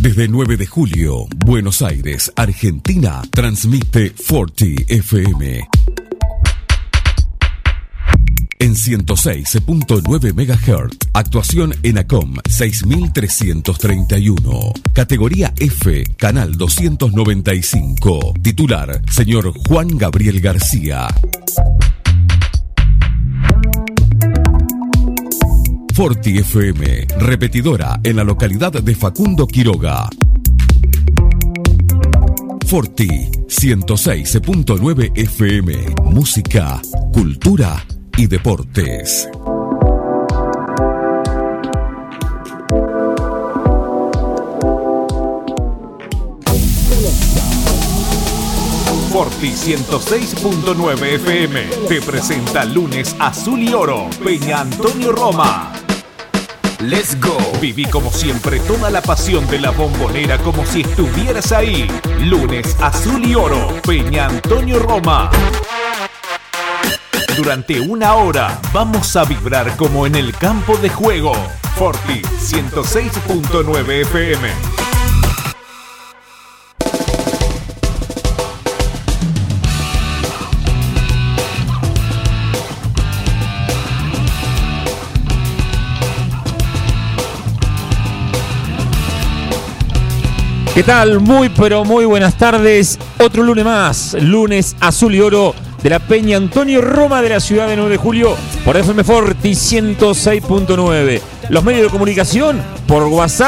Desde 9 de julio, Buenos Aires, Argentina, transmite Forti FM. En 106.9 MHz. Actuación ENACOM 6331. Categoría F, canal 295. Titular, señor Juan Gabriel García. Forti FM, repetidora en la localidad de Facundo Quiroga. Forti 106.9 FM. Música, cultura y deportes. Forti 106.9 FM te presenta Lunes Azul y Oro, Peña Antonio Roma. Let's go. Viví como siempre toda la pasión de la Bombonera como si estuvieras ahí. Lunes Azul y Oro, Peña Antonio Roma. Durante una hora vamos a vibrar como en el campo de juego. Forti 106.9 FM. ¿Qué tal? Muy pero muy buenas tardes. Otro lunes más, Lunes Azul y Oro de la Peña Antonio Roma de la ciudad de 9 de julio por FM Forti 106.9. Los medios de comunicación por WhatsApp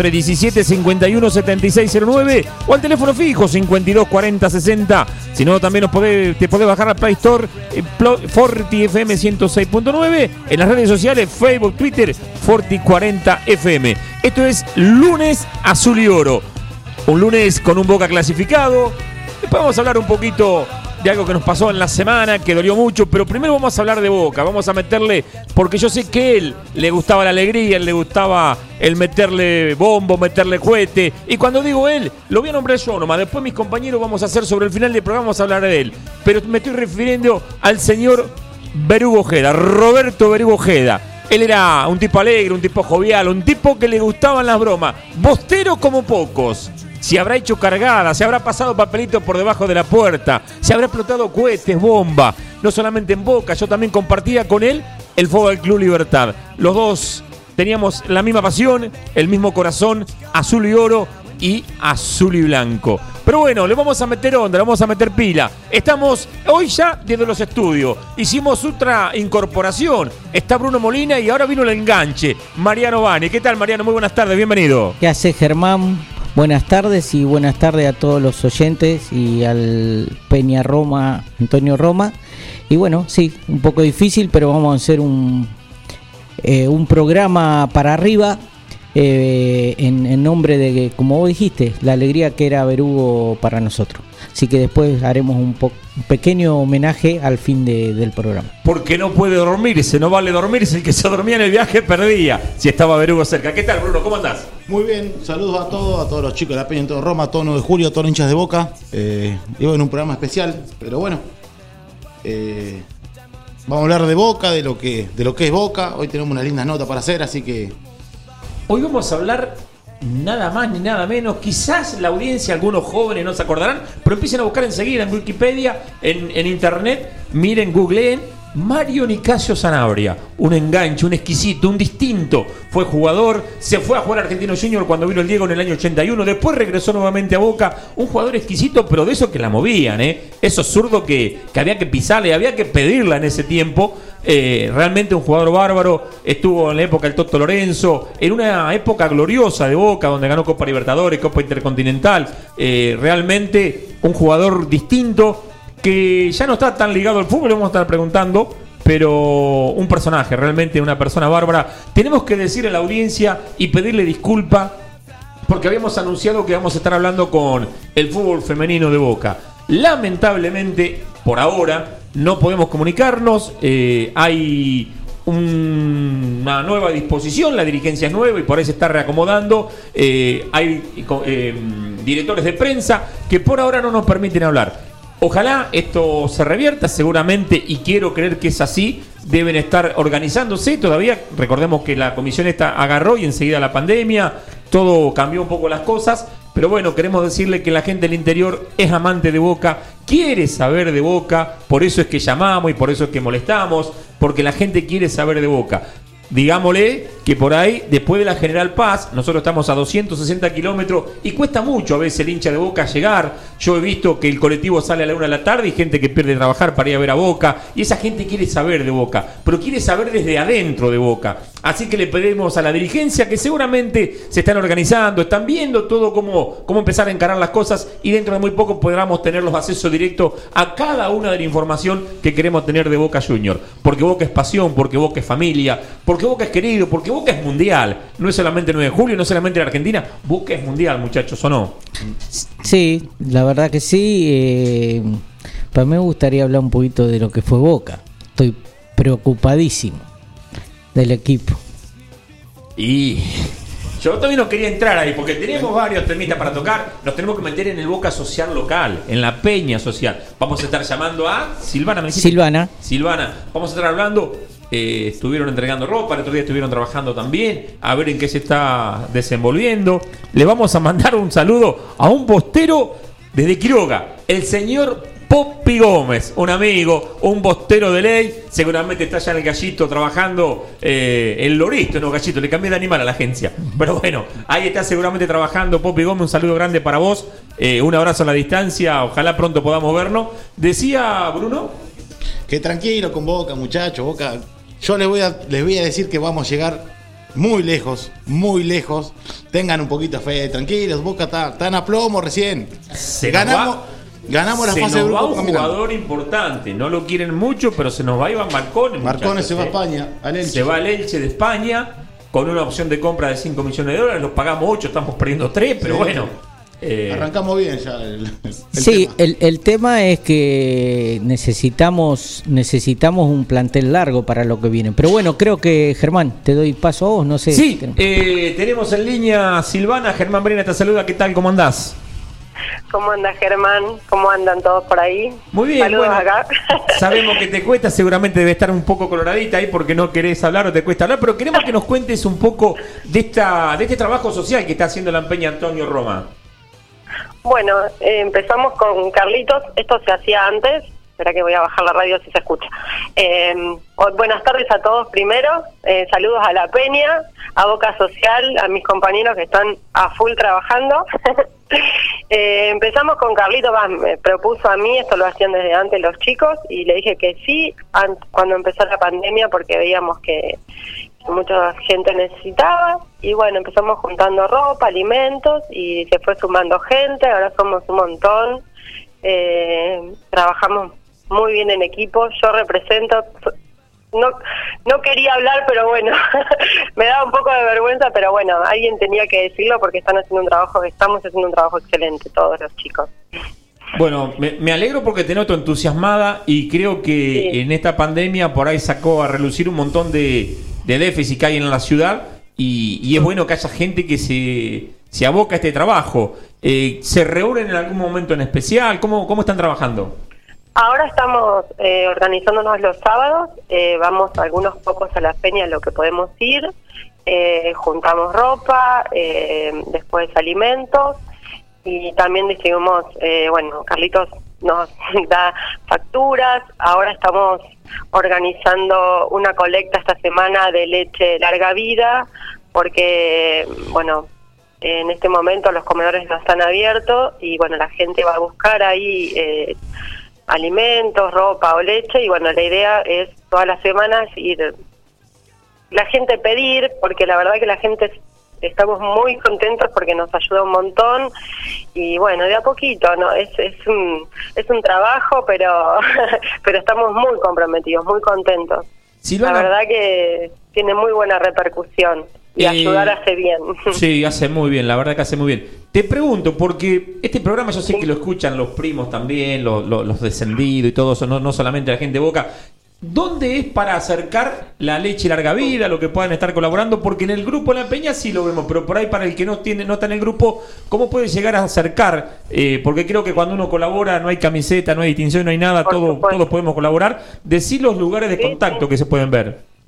2317-517609 o al teléfono fijo 524060. Si no, también te podés bajar a Play Store Forti FM 106.9. En las redes sociales Facebook, Twitter, Forti 40 FM. Esto es Lunes Azul y Oro. Un lunes con un Boca clasificado. Después vamos a hablar un poquito de algo que nos pasó en la semana, que dolió mucho, pero primero vamos a hablar de Boca. Vamos a meterle, porque yo sé que a él le gustaba la alegría, le gustaba el meterle bombo, meterle cohete. Y cuando digo él, lo voy a nombrar yo nomás. Después mis compañeros vamos a hacer sobre el final del programa, vamos a hablar de él. Pero me estoy refiriendo al señor Berugo Ojeda, Roberto Berugo Ojeda. Él era un tipo alegre, un tipo jovial, un tipo que le gustaban las bromas. Bostero como pocos. Se habrá hecho cargada, se habrá pasado papelito por debajo de la puerta, se habrá explotado cohetes, bomba. No solamente en Boca, yo también compartía con él el Fútbol Club Libertad. Los dos teníamos la misma pasión, el mismo corazón, azul y oro y azul y blanco. Pero bueno, le vamos a meter onda, le vamos a meter pila. Estamos hoy ya desde los estudios. Hicimos otra incorporación. Está Bruno Molina y ahora vino el enganche. Mariano Bani. ¿Qué tal, Mariano? Muy buenas tardes, bienvenido. ¿Qué hace, Germán? Buenas tardes y buenas tardes a todos los oyentes y al Peña Roma, Antonio Roma. Y bueno, sí, un poco difícil, pero vamos a hacer un programa para arriba en nombre de, como vos dijiste, la alegría que era Berugo para nosotros. Así que después haremos un pequeño homenaje al fin del programa. Porque no puede dormirse, no vale dormirse. El que se dormía en el viaje perdía si estaba Berugo cerca. ¿Qué tal, Bruno? ¿Cómo andás? Muy bien, saludos a todos los chicos de la Peña en todo Roma, a todos 9 de julio, a todos los hinchas de Boca. Digo, en un programa especial, pero bueno. Vamos a hablar de Boca, de lo que es Boca. Hoy tenemos una linda nota para hacer, así que... Hoy vamos a hablar nada más ni nada menos. Quizás la audiencia, algunos jóvenes no se acordarán, pero empiecen a buscar enseguida en Wikipedia, en internet, miren, googleen Mario Nicasio Sanabria, un enganche, un exquisito, un distinto. Fue jugador, se fue a jugar a Argentino Junior cuando vino el Diego en el año 81, después regresó nuevamente a Boca. Un jugador exquisito, pero de esos que la movían, esos zurdos que había que pisarle, había que pedirla en ese tiempo. Realmente un jugador bárbaro. Estuvo en la época del Toto Lorenzo, en una época gloriosa de Boca, donde ganó Copa Libertadores, Copa Intercontinental. Realmente un jugador distinto, que ya no está tan ligado al fútbol, le vamos a estar preguntando, pero un personaje, realmente una persona bárbara. Tenemos que decir a la audiencia y pedirle disculpa, porque habíamos anunciado que vamos a estar hablando con el fútbol femenino de Boca. Lamentablemente, por ahora, no podemos comunicarnos. Hay una nueva disposición, la dirigencia es nueva y por ahí se está reacomodando. Hay directores de prensa que por ahora no nos permiten hablar. Ojalá esto se revierta, seguramente, y quiero creer que es así. Deben estar organizándose todavía. Recordemos que la comisión esta agarró y enseguida la pandemia. todo cambió un poco las cosas, pero bueno, queremos decirle que la gente del interior es amante de Boca, quiere saber de Boca, por eso es que llamamos y por eso es que molestamos, porque la gente quiere saber de Boca. Digámosle que por ahí, después de la General Paz, nosotros estamos a 260 kilómetros y cuesta mucho a veces el hincha de Boca llegar. Yo he visto que el colectivo sale a la 1 de la tarde y gente que pierde trabajar para ir a ver a Boca. Y esa gente quiere saber de Boca, pero quiere saber desde adentro de Boca. Así que le pedimos a la dirigencia que seguramente se están organizando, están viendo todo cómo empezar a encarar las cosas y dentro de muy poco podamos tener los accesos directos a cada una de la información que queremos tener de Boca Junior. Porque Boca es pasión, porque Boca es familia, porque Boca es querido, porque Boca es mundial. No es solamente 9 de julio, no es solamente la Argentina. Boca es mundial, muchachos, ¿o no? Sí, la verdad que sí. Para mí me gustaría hablar un poquito de lo que fue Boca. Estoy preocupadísimo del equipo. Y yo también no quería entrar ahí porque tenemos varios temitas para tocar. Nos tenemos que meter en el Boca social local, en la peña social. Vamos a estar llamando a Silvana. ¿Me dijiste? Silvana, vamos a estar hablando. Estuvieron entregando ropa, el otro día estuvieron trabajando también, a ver en qué se está desenvolviendo. Le vamos a mandar un saludo a un bostero desde Quiroga, el señor Popi Gómez, un amigo, un bostero de ley, seguramente está allá en el Gallito trabajando, el Loristo, no Gallito, le cambié de animal a la agencia, pero bueno, ahí está seguramente trabajando Popi Gómez, un saludo grande para vos, un abrazo a la distancia, ojalá pronto podamos vernos. Decía Bruno que tranquilo con Boca, muchachos. Boca, yo les voy a decir que vamos a llegar muy lejos, muy lejos. Tengan un poquito de fe, tranquilos. Boca está en aplomo recién. Ganamos la fase de grupo. Un jugador importante, no lo quieren mucho, pero se nos va Iván Marcone. Marcone se va a España, al Elche. Se va al Elche de España con una opción de compra de 5 millones de dólares. Los pagamos 8, estamos perdiendo 3, pero bueno. Arrancamos bien ya sí, tema. El tema es que necesitamos un plantel largo para lo que viene. Pero bueno, creo que Germán, te doy paso a vos, no sé. Sí, tenemos en línea a Silvana. Germán Brena te saluda, ¿qué tal? ¿Cómo andás? ¿Cómo anda Germán? ¿Cómo andan todos por ahí? Muy bien, saludos bueno, acá. Sabemos que te cuesta, seguramente debe estar un poco coloradita ahí porque no querés hablar o te cuesta hablar, pero queremos que nos cuentes un poco de este trabajo social que está haciendo la Peña Antonio Roma. Bueno, empezamos con Carlitos, esto se hacía antes, espera que voy a bajar la radio si se escucha. Buenas tardes a todos primero, saludos a la Peña, a Boca Social, a mis compañeros que están a full trabajando. Empezamos con Carlitos, me propuso a mí, esto lo hacían desde antes los chicos, y le dije que sí, cuando empezó la pandemia, porque veíamos que mucha gente necesitaba, y bueno, empezamos juntando ropa, alimentos, y se fue sumando gente, ahora somos un montón, trabajamos muy bien en equipo, yo represento, no quería hablar, pero bueno, me daba un poco de vergüenza, pero bueno, alguien tenía que decirlo porque estamos haciendo un trabajo excelente todos los chicos. Bueno, me alegro porque te noto entusiasmada y creo que sí. En esta pandemia por ahí sacó a relucir un montón de déficit que hay en la ciudad y es bueno que haya gente que se aboca a este trabajo. ¿Se reúnen en algún momento en especial? ¿Cómo están trabajando? Ahora estamos organizándonos los sábados, vamos algunos pocos a la peña, lo que podemos ir, juntamos ropa, después alimentos y también distribuimos, Carlitos nos da facturas, ahora estamos organizando una colecta esta semana de leche larga vida, porque, en este momento los comedores no están abiertos y, la gente va a buscar ahí alimentos, ropa o leche y, la idea es todas las semanas ir, la gente pedir, porque la verdad que la gente estamos muy contentos porque nos ayuda un montón y de a poquito, ¿no? Es un trabajo, pero estamos muy comprometidos, muy contentos. Silvana, la verdad que tiene muy buena repercusión y ayudar hace bien. Sí, hace muy bien, la verdad que hace muy bien. Te pregunto, porque este programa yo sé que lo escuchan los primos también, los descendidos y todo eso, no solamente la gente de Boca. ¿Dónde es para acercar la leche larga vida, lo que puedan estar colaborando? Porque en el grupo La Peña sí lo vemos, pero por ahí para el que no está en el grupo, ¿cómo puede llegar a acercar? Porque creo que cuando uno colabora no hay camiseta, no hay distinción, no hay nada, todos podemos colaborar. Decí los lugares de contacto que se pueden ver.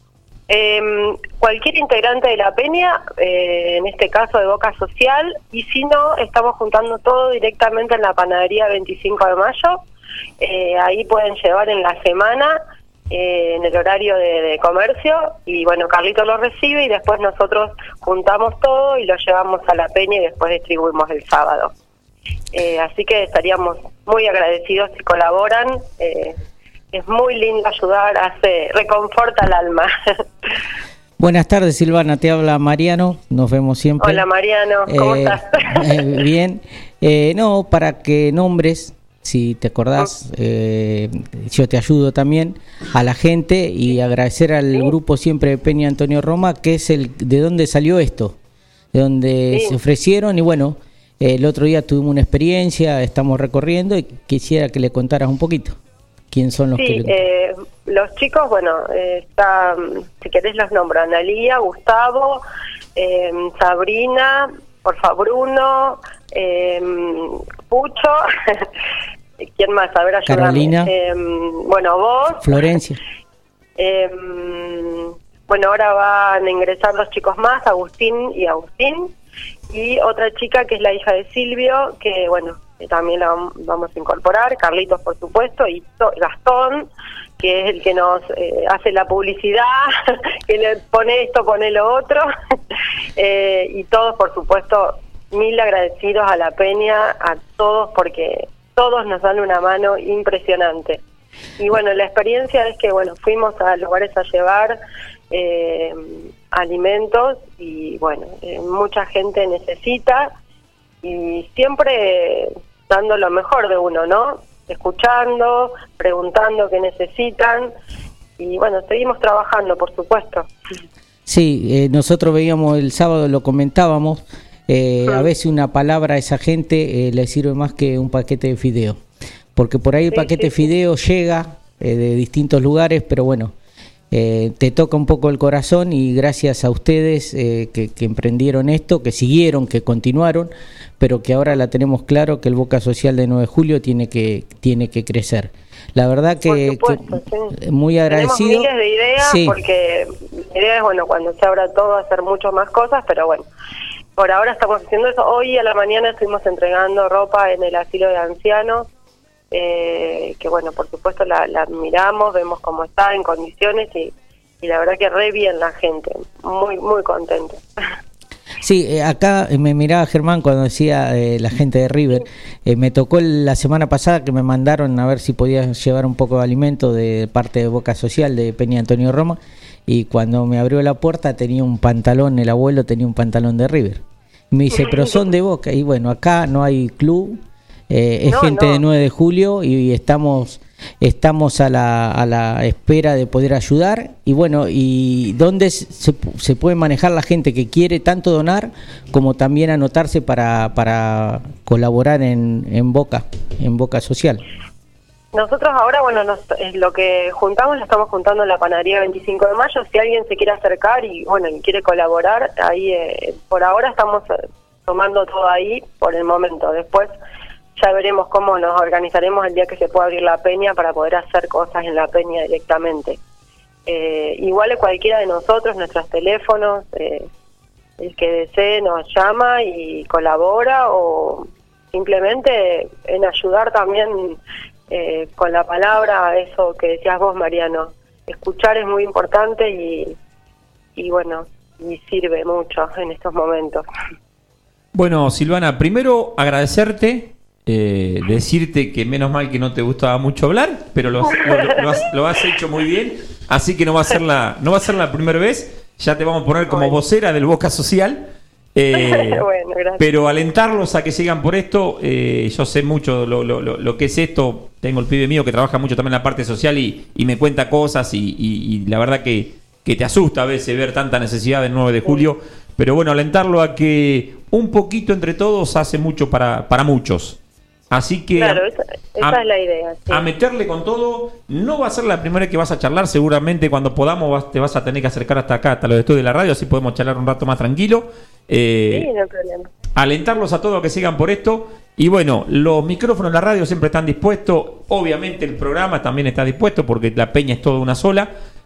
Cualquier integrante de la peña, en este caso de Boca Social, y si no, estamos juntando todo directamente en la panadería 25 de mayo. Ahí pueden llevar en la semana, en el horario de comercio, y bueno, Carlito lo recibe y después nosotros juntamos todo y lo llevamos a la peña y después distribuimos el sábado. Así que estaríamos muy agradecidos si colaboran. Es muy lindo ayudar, reconforta el alma. Buenas tardes, Silvana, te habla Mariano, nos vemos siempre. Hola Mariano, ¿cómo estás? Bien, no, para que nombres, si te acordás, yo te ayudo también a la gente y agradecer al grupo siempre de Peña Antonio Roma, que es de donde salió esto, de donde se ofrecieron y bueno, el otro día tuvimos una experiencia, estamos recorriendo y quisiera que le contaras un poquito. ¿Quién son los que los chicos, bueno, si querés los nombro, Analía, Gustavo, Sabrina, porfa Bruno, Pucho, ¿quién más? A ver, ayúdame. Carolina, bueno, vos. Florencia. Bueno, ahora van a ingresar dos chicos más, Agustín, y otra chica que es la hija de Silvio, que bueno, también la vamos a incorporar, Carlitos por supuesto, y Gastón, que es el que nos hace la publicidad, que le pone esto, pone lo otro, y todos por supuesto, mil agradecidos a la peña, a todos, porque todos nos dan una mano impresionante. Y bueno, la experiencia es que bueno, fuimos a lugares a llevar alimentos y bueno, mucha gente necesita y siempre dando lo mejor de uno, ¿no? Escuchando, preguntando qué necesitan y bueno, seguimos trabajando, por supuesto. Sí, nosotros veíamos el sábado, lo comentábamos, a veces una palabra a esa gente le sirve más que un paquete de fideo, porque por ahí el paquete de fideo llega de distintos lugares, pero bueno, te toca un poco el corazón y gracias a ustedes que emprendieron esto, que siguieron, que continuaron, pero que ahora la tenemos claro que el Boca Social de 9 de julio tiene que crecer. La verdad que muy agradecido. Tenemos miles de ideas porque la idea es, bueno, cuando se abra todo hacer muchas más cosas, pero bueno, por ahora estamos haciendo eso. Hoy a la mañana estuvimos entregando ropa en el asilo de ancianos, que bueno, por supuesto la miramos, vemos cómo está en condiciones y la verdad que re bien la gente, muy muy contenta. Sí, acá me miraba Germán cuando decía la gente de River, me tocó la semana pasada que me mandaron a ver si podía llevar un poco de alimento de parte de Boca Social de Peña Antonio Roma y cuando me abrió la puerta tenía un pantalón, el abuelo tenía un pantalón de River. Y me dice, pero son de Boca y bueno, acá no hay club. Es gente de 9 de julio y estamos a la espera de poder ayudar y bueno, y dónde se puede manejar la gente que quiere tanto donar como también anotarse para colaborar en Boca Social. Nosotros ahora, bueno, lo que juntamos lo estamos juntando en la panadería 25 de mayo, si alguien se quiere acercar y bueno, y quiere colaborar, ahí por ahora estamos tomando todo ahí por el momento, después ya veremos cómo nos organizaremos el día que se pueda abrir la peña para poder hacer cosas en la peña directamente. Igual a cualquiera de nosotros, nuestros teléfonos, el que desee nos llama y colabora o simplemente en ayudar también con la palabra, eso que decías vos, Mariano. Escuchar es muy importante y bueno, y sirve mucho en estos momentos. Bueno, Silvana, primero agradecerte. Decirte que menos mal que no te gustaba mucho hablar, pero lo has hecho muy bien, así que no va a ser la primera vez, ya te vamos a poner como vocera del Boca Social, bueno, gracias. Pero alentarlos a que sigan por esto. Yo sé mucho lo que es esto, tengo el pibe mío que trabaja mucho también en la parte social y me cuenta cosas y la verdad que te asusta a veces ver tanta necesidad del 9 de julio, pero bueno, alentarlo a que un poquito entre todos hace mucho para muchos. Así que claro, esa es la idea. Sí. A meterle con todo. No va a ser la primera vez que vas a charlar. Seguramente cuando podamos te vas a tener que acercar hasta acá, hasta los estudios de la radio, así podemos charlar un rato más tranquilo. Sí, no hay problema. Alentarlos a todos a que sigan por esto. Y bueno, los micrófonos de la radio siempre están dispuestos. Obviamente el programa también está dispuesto porque la peña es toda una sola.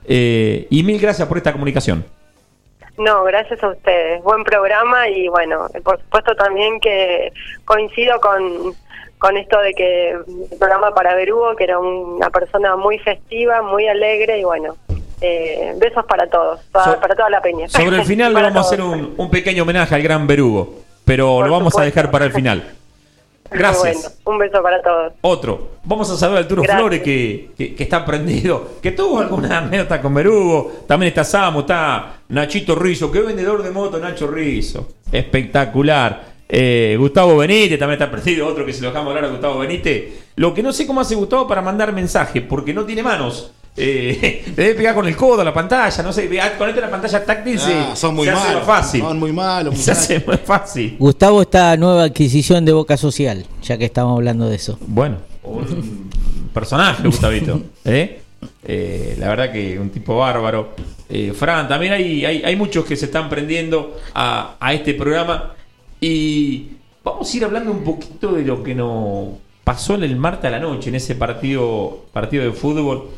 Y mil gracias por esta comunicación. No, gracias a ustedes. Buen programa y bueno, por supuesto también que coincido con esto de que el programa para Berugo, que era una persona muy festiva, muy alegre y bueno, besos para todos, para toda la peña. Sobre el final le vamos a hacer un pequeño homenaje al gran Berugo, pero Por lo vamos supuesto. a dejar para el final. Gracias. Bueno, un beso para todos. Otro. Vamos a saludar al Turo Gracias. Flores que está prendido, que tuvo alguna anécdota con Berugo. También está Samu, está Nachito Rizzo. Qué vendedor de moto, Nacho Rizzo. Espectacular. Gustavo Benítez también está prendido. Otro que se lo dejamos hablar a Gustavo Benítez. Lo que no sé cómo hace Gustavo para mandar mensaje, porque no tiene manos. Le debe pegar con el codo a la pantalla, no sé, conecta la pantalla táctil Son muy se hace malos. más fácil. Son muy malos. Se hace más fácil. Gustavo, esta nueva adquisición de Boca Social, ya que estamos hablando de eso. Bueno, un personaje, Gustavito. La verdad que un tipo bárbaro. Fran, también hay muchos que se están prendiendo a este programa. Y vamos a ir hablando un poquito de lo que nos pasó en el martes a la noche, en ese partido de fútbol.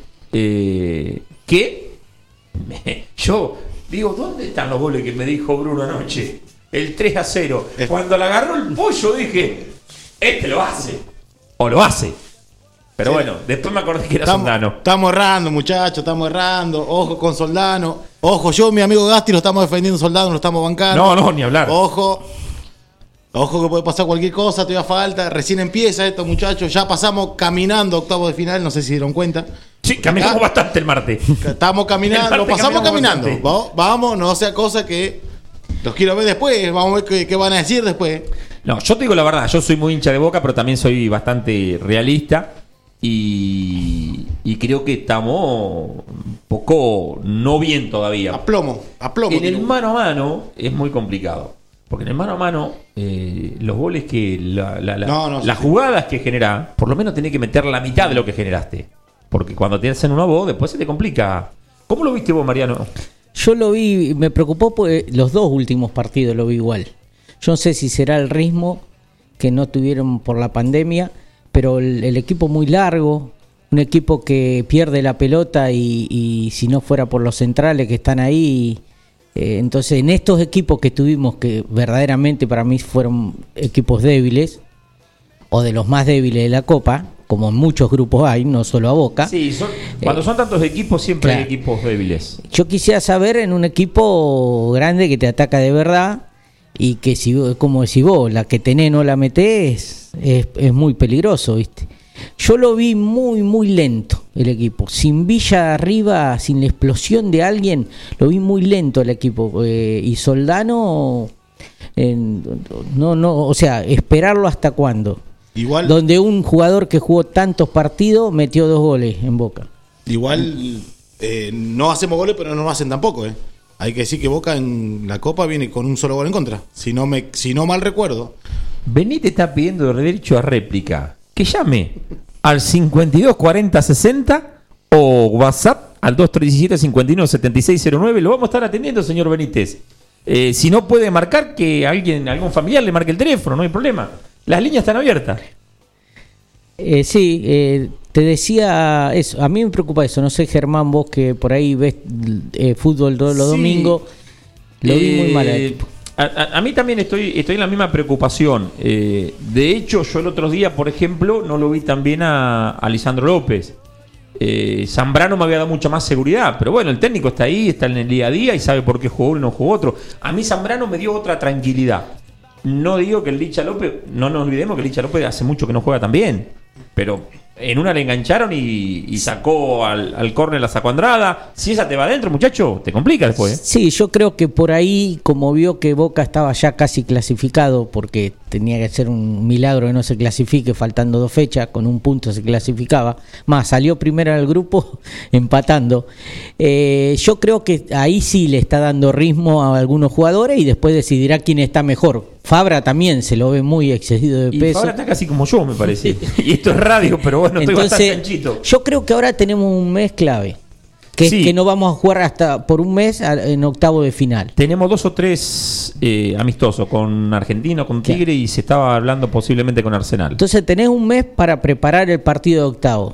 Yo digo, ¿dónde están los goles que me dijo Bruno anoche? El 3-0. Cuando le agarró el pollo dije, este lo hace. O lo hace. Pero bueno, después me acordé que era Soldano. Estamos errando, muchachos, estamos errando. Ojo con Soldano. Ojo, yo, mi amigo Gasti, lo estamos defendiendo Soldano, lo estamos bancando. No, ni hablar. Ojo que puede pasar cualquier cosa, todavía falta. Recién empieza esto, muchachos. Ya pasamos caminando octavos de final, no sé si dieron cuenta. Sí, caminamos bastante el martes. Estamos caminando, lo pasamos caminando. Vamos, no sea cosa que los quiero ver después. Vamos a ver qué van a decir después. No, yo te digo la verdad, yo soy muy hincha de Boca, pero también soy bastante realista. Y creo que estamos un poco no bien todavía. A plomo. En el mano a mano es muy complicado. Porque en el mano a mano, los goles que las jugadas que generás, por lo menos tenés que meter la mitad de lo que generaste. Porque cuando te hacen uno a vos, después se te complica. ¿Cómo lo viste vos, Mariano? Yo lo vi, me preocupó porque los dos últimos partidos lo vi igual. Yo no sé si será el ritmo que no tuvieron por la pandemia, pero el equipo muy largo, un equipo que pierde la pelota y si no fuera por los centrales que están ahí, entonces en estos equipos que tuvimos, que verdaderamente para mí fueron equipos débiles, o de los más débiles de la Copa, como en muchos grupos hay, no solo a Boca. Sí, cuando son tantos equipos siempre claro. hay equipos débiles. Yo quisiera saber en un equipo grande que te ataca de verdad y que, si como decís vos, la que tenés no la metés, es muy peligroso, ¿viste? Yo lo vi muy, muy lento el equipo. Sin Villa arriba, sin la explosión de alguien, lo vi muy lento el equipo. Y Soldano, no, o sea, esperarlo hasta cuándo. Igual, donde un jugador que jugó tantos partidos metió 2 goles en Boca. Igual no hacemos goles, pero no lo hacen tampoco. Hay que decir que Boca en la Copa viene con un solo gol en contra. Si no mal recuerdo. Benítez está pidiendo derecho a réplica. Que llame al 52 40 60 o WhatsApp al 2317 59 7609. Lo vamos a estar atendiendo, señor Benítez. Si no puede marcar, que algún familiar le marque el teléfono, no hay problema. Las líneas están abiertas. Sí, te decía eso. A mí me preocupa eso. No sé, Germán, vos que por ahí ves fútbol todos los domingos, lo vi muy mal al equipo. A mí también estoy en la misma preocupación. De hecho, yo el otro día, por ejemplo, no lo vi tan bien a Lisandro López. Zambrano me había dado mucha más seguridad, pero bueno, el técnico está ahí, está en el día a día y sabe por qué jugó uno y no jugó otro. A mí Zambrano me dio otra tranquilidad. No digo que el Licha López, no nos olvidemos que el Licha López hace mucho que no juega tan bien, pero en una le engancharon y sacó al córner, la sacó Andrada. Si esa te va adentro, muchacho, te complica después. Sí, yo creo que por ahí, como vio que Boca estaba ya casi clasificado, porque tenía que ser un milagro que no se clasifique faltando 2 fechas, con un punto se clasificaba, más salió primero en el grupo empatando. Yo creo que ahí sí le está dando ritmo a algunos jugadores y después decidirá quién está mejor. Fabra también se lo ve muy excedido de peso. Fabra está casi como yo, me parece. Y esto es radio, pero bueno, estoy bastante anchito. Yo creo que ahora tenemos un mes clave, que es que no vamos a jugar hasta por un mes en octavo de final. Tenemos 2 o 3 amistosos con Argentino, con Tigre, y se estaba hablando posiblemente con Arsenal. Entonces tenés un mes para preparar el partido de octavo.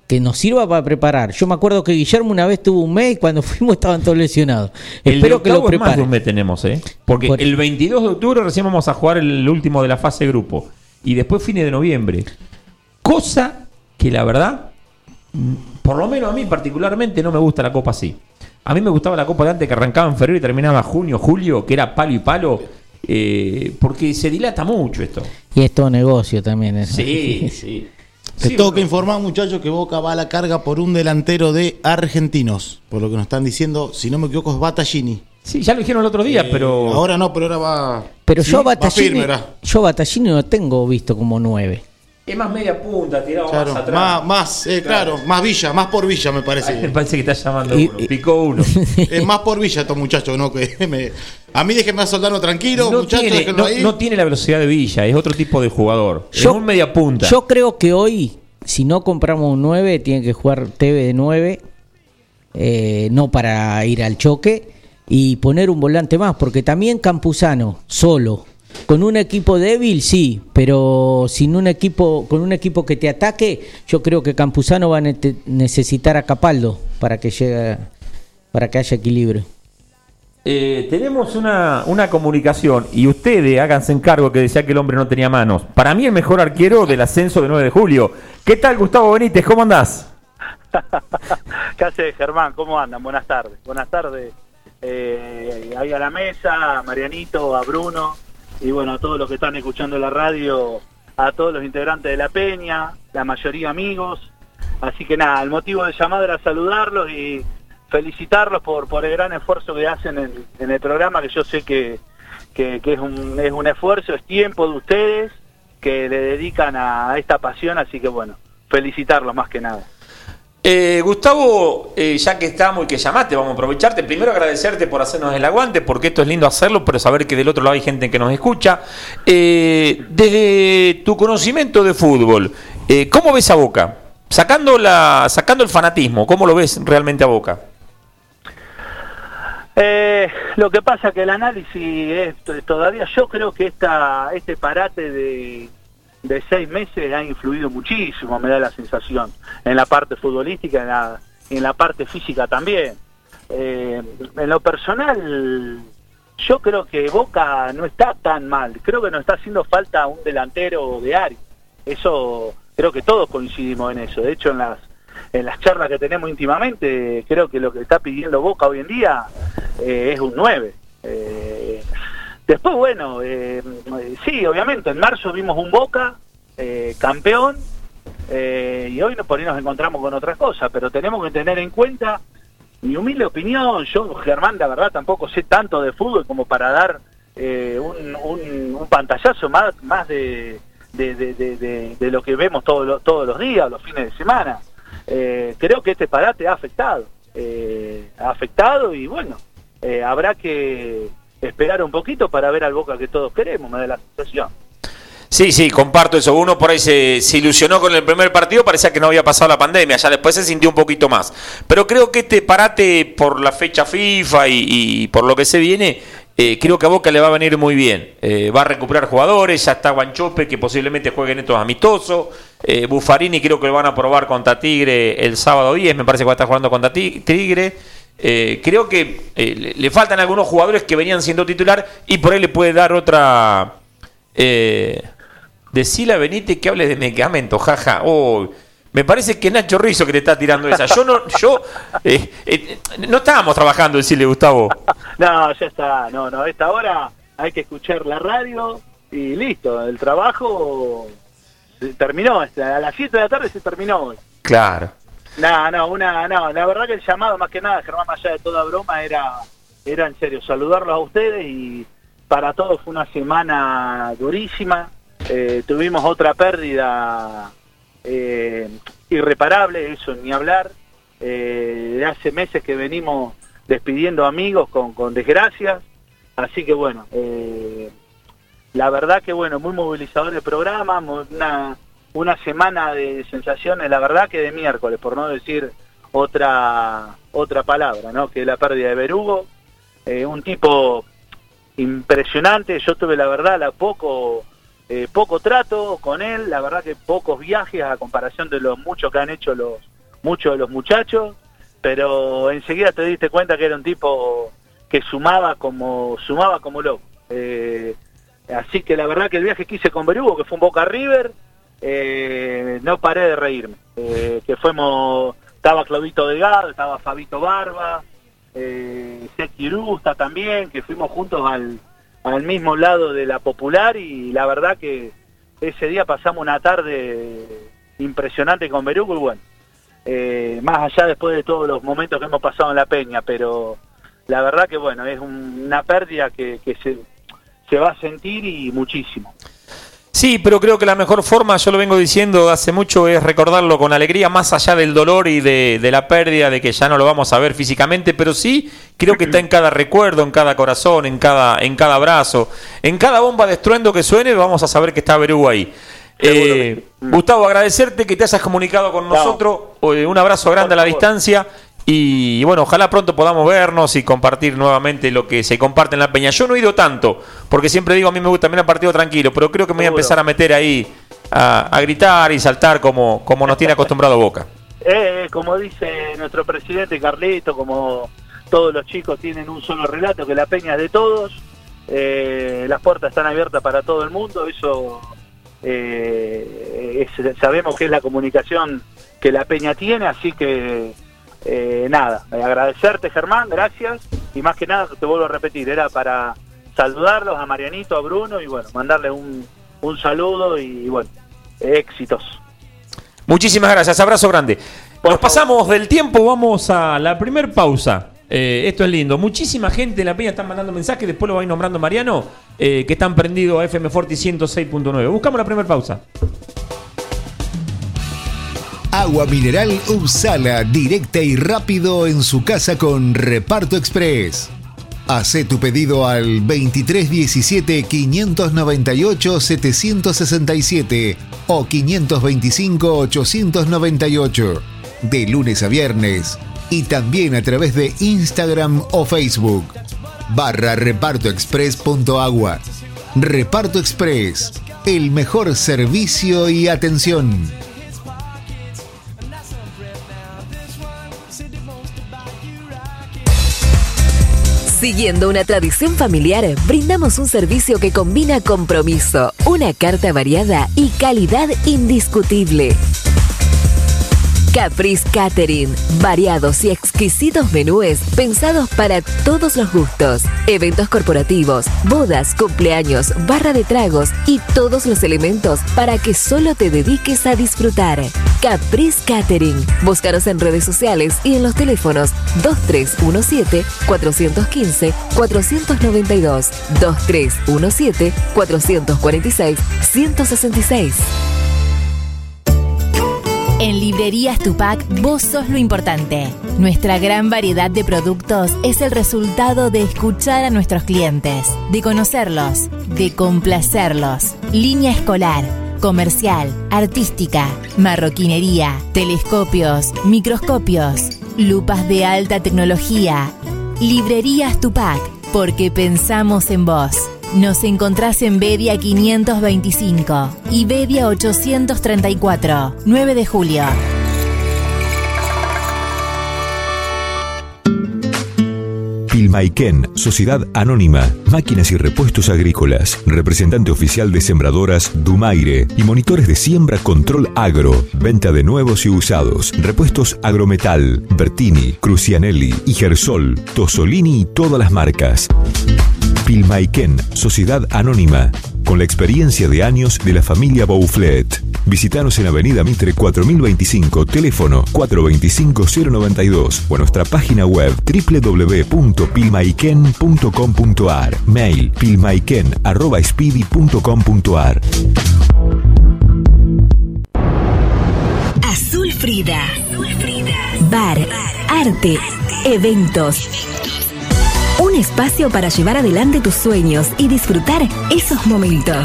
que nos sirva para preparar. Yo me acuerdo que Guillermo una vez tuvo un mes y cuando fuimos estaban todos lesionados. Espero que lo preparen. Más de un preparen. mes tenemos, porque el 22 de octubre recién vamos a jugar el último de la fase de grupo y después fines de noviembre. Cosa que la verdad, por lo menos a mí particularmente no me gusta la Copa así. A mí me gustaba la Copa de antes que arrancaba en febrero y terminaba junio, julio, que era palo y palo, porque se dilata mucho esto. Y es todo negocio también. Eso. Sí. Te tengo que informar, muchachos, que Boca va a la carga por un delantero de Argentinos. Por lo que nos están diciendo, si no me equivoco, es Battaglini. Sí, ya lo dijeron el otro día, pero... Ahora no, pero ahora va... Pero sí, yo va firme, Battaglini no tengo visto como 9. Es más media punta, tirado claro, más atrás. Claro, más Villa, más por Villa me parece. Me parece que está llamando uno, picó uno. Es más por Villa estos muchachos, ¿no? A mí déjenme a Soldano tranquilo, muchachos, déjenlo ahí. No tiene la velocidad de Villa, es otro tipo de jugador. Es un media punta. Yo creo que hoy, si no compramos un 9, tiene que jugar TV de 9, no para ir al choque, y poner un volante más, porque también Campuzano, solo, con un equipo débil, sí, pero sin un equipo, con un equipo que te ataque, yo creo que Campuzano va a necesitar a Capaldo para que haya equilibrio. Tenemos una comunicación y ustedes háganse encargo que decía que el hombre no tenía manos. Para mí el mejor arquero del ascenso de 9 de julio. ¿Qué tal, Gustavo Benítez? ¿Cómo andás? ¿Qué haces, Germán? ¿Cómo andan? Buenas tardes. Buenas tardes ahí a la mesa, a Marianito, a Bruno y bueno, a todos los que están escuchando la radio, a todos los integrantes de la Peña, la mayoría amigos. Así que nada, el motivo de llamada era saludarlos y felicitarlos por el gran esfuerzo que hacen en el programa, que yo sé que es un esfuerzo, es tiempo de ustedes que le dedican a esta pasión, así que bueno, felicitarlos más que nada. Gustavo, ya que estamos y que llamaste, vamos a aprovecharte. Primero agradecerte por hacernos el aguante, porque esto es lindo hacerlo, pero saber que del otro lado hay gente que nos escucha. Desde tu conocimiento de fútbol, ¿cómo ves a Boca? Sacando el fanatismo, ¿cómo lo ves realmente a Boca? Lo que pasa que el análisis es todavía, yo creo que este parate de 6 meses ha influido muchísimo, me da la sensación, en la parte futbolística, en la parte física también. En lo personal, yo creo que Boca no está tan mal, creo que nos está haciendo falta un delantero de área. Eso, creo que todos coincidimos en eso. De hecho, en las charlas que tenemos íntimamente, creo que lo que está pidiendo Boca hoy en día es un 9. Después, bueno, sí, obviamente, en marzo vimos un Boca campeón y hoy por ahí nos encontramos con otras cosas, pero tenemos que tener en cuenta, mi humilde opinión, yo, Germán, la verdad, tampoco sé tanto de fútbol como para dar un pantallazo más de lo que vemos todos los días, los fines de semana. Creo que este parate ha afectado y bueno, habrá que esperar un poquito para ver al Boca que todos queremos, me da la sensación. Sí, comparto eso. Uno por ahí se ilusionó con el primer partido, parecía que no había pasado la pandemia, ya después se sintió un poquito más. Pero creo que este parate por la fecha FIFA y por lo que se viene, creo que a Boca le va a venir muy bien. Va a recuperar jugadores, ya está Guanchope, que posiblemente jueguen estos amistosos. Buffarini creo que lo van a probar contra Tigre el sábado 10, me parece que va a estar jugando contra Tigre. Creo que le faltan algunos jugadores que venían siendo titular y por ahí le puede dar otra... Decile a Benítez que hable de medicamentos, jaja. Me parece que es Nacho Rizzo que le está tirando esa. No estábamos trabajando, decirle, Gustavo. No, ya está. No, a esta hora hay que escuchar la radio y listo. El trabajo se terminó. A las 7 de la tarde se terminó hoy. Claro. No, la verdad que el llamado más que nada, Germán, más allá de toda broma, era en serio, saludarlos a ustedes y para todos fue una semana durísima. Tuvimos otra pérdida irreparable, eso ni hablar. De hace meses que venimos despidiendo amigos con desgracias, así que bueno, la verdad que bueno, muy movilizador el programa, una semana de sensaciones, la verdad que de miércoles, por no decir otra palabra, ¿no? Que es la pérdida de Berugo, un tipo impresionante. Yo tuve la verdad poco trato con él, la verdad que pocos viajes a comparación de los muchos que han hecho muchos de los muchachos, pero enseguida te diste cuenta que era un tipo que sumaba como loco. Así que la verdad que el viaje que hice con Berugo, que fue un Boca River, no paré de reírme. Estaba Claudito Delgado, estaba Fabito Barba, Seki Urusta también, que fuimos juntos al mismo lado de la Popular, y la verdad que ese día pasamos una tarde impresionante con Berugo, y bueno, más allá después de todos los momentos que hemos pasado en la Peña, pero la verdad que bueno, es una pérdida que se va a sentir, y muchísimo. Sí, pero creo que la mejor forma, yo lo vengo diciendo hace mucho, es recordarlo con alegría, más allá del dolor y de la pérdida, de que ya no lo vamos a ver físicamente, pero sí creo que está en cada recuerdo, en cada corazón, en cada abrazo, en cada bomba de estruendo que suene, vamos a saber que está Berugo ahí. Gustavo, agradecerte que te hayas comunicado con nosotros, un abrazo grande a la distancia. Y bueno, ojalá pronto podamos vernos y compartir nuevamente lo que se comparte en la Peña. Yo no he ido tanto, porque siempre digo, a mí me gusta también el partido tranquilo, pero creo que me voy a empezar a meter ahí a gritar y saltar como nos tiene acostumbrado Boca. Como dice nuestro presidente Carlito, como todos los chicos tienen un solo relato, que la Peña es de todos, las puertas están abiertas para todo el mundo, eso sabemos que es la comunicación que la Peña tiene, así que nada, agradecerte, Germán, gracias, y más que nada te vuelvo a repetir, era para saludarlos a Marianito, a Bruno, y bueno, mandarle un saludo, y bueno, éxitos. Muchísimas gracias, abrazo grande. Nos pasamos del tiempo, vamos a la primer pausa. Esto es lindo, muchísima gente en la Peña están mandando mensajes, después lo va a ir nombrando Mariano, que están prendidos a FM Forti 106.9. Buscamos la primer pausa. Agua mineral Upsala, directa y rápido en su casa con Reparto Express. Hacé tu pedido al 2317 598 767 o 525 898 de lunes a viernes, y también a través de Instagram o Facebook /repartoexpress.agua. Reparto Express, el mejor servicio y atención. Siguiendo una tradición familiar, brindamos un servicio que combina compromiso, una carta variada y calidad indiscutible. Caprice Catering, variados y exquisitos menúes pensados para todos los gustos. Eventos corporativos, bodas, cumpleaños, barra de tragos y todos los elementos para que solo te dediques a disfrutar. Caprice Catering. Búscanos en redes sociales y en los teléfonos 2317-415-492, 2317-446-166. En Librerías Tupac, vos sos lo importante. Nuestra gran variedad de productos es el resultado de escuchar a nuestros clientes, de conocerlos, de complacerlos. Línea escolar, comercial, artística, marroquinería, telescopios, microscopios, lupas de alta tecnología. Librerías Tupac, porque pensamos en vos. Nos encontrás en Bedia 525 y Bedia 834, 9 de julio. Pilmaiken, Sociedad Anónima, Máquinas y Repuestos Agrícolas, representante oficial de Sembradoras Dumaire y monitores de siembra Control Agro, venta de nuevos y usados, repuestos Agrometal, Bertini, Crucianelli, Igersol, Tosolini y todas las marcas. Pilmaiken, Sociedad Anónima, con la experiencia de años de la familia Bouflet. Visítanos en Avenida Mitre 4025, teléfono 425-092 o en nuestra página web www.pilmaiken.com.ar, mail pilmaiken@speedy.com.ar. Azul Frida. Bar, arte, eventos. Un espacio para llevar adelante tus sueños y disfrutar esos momentos.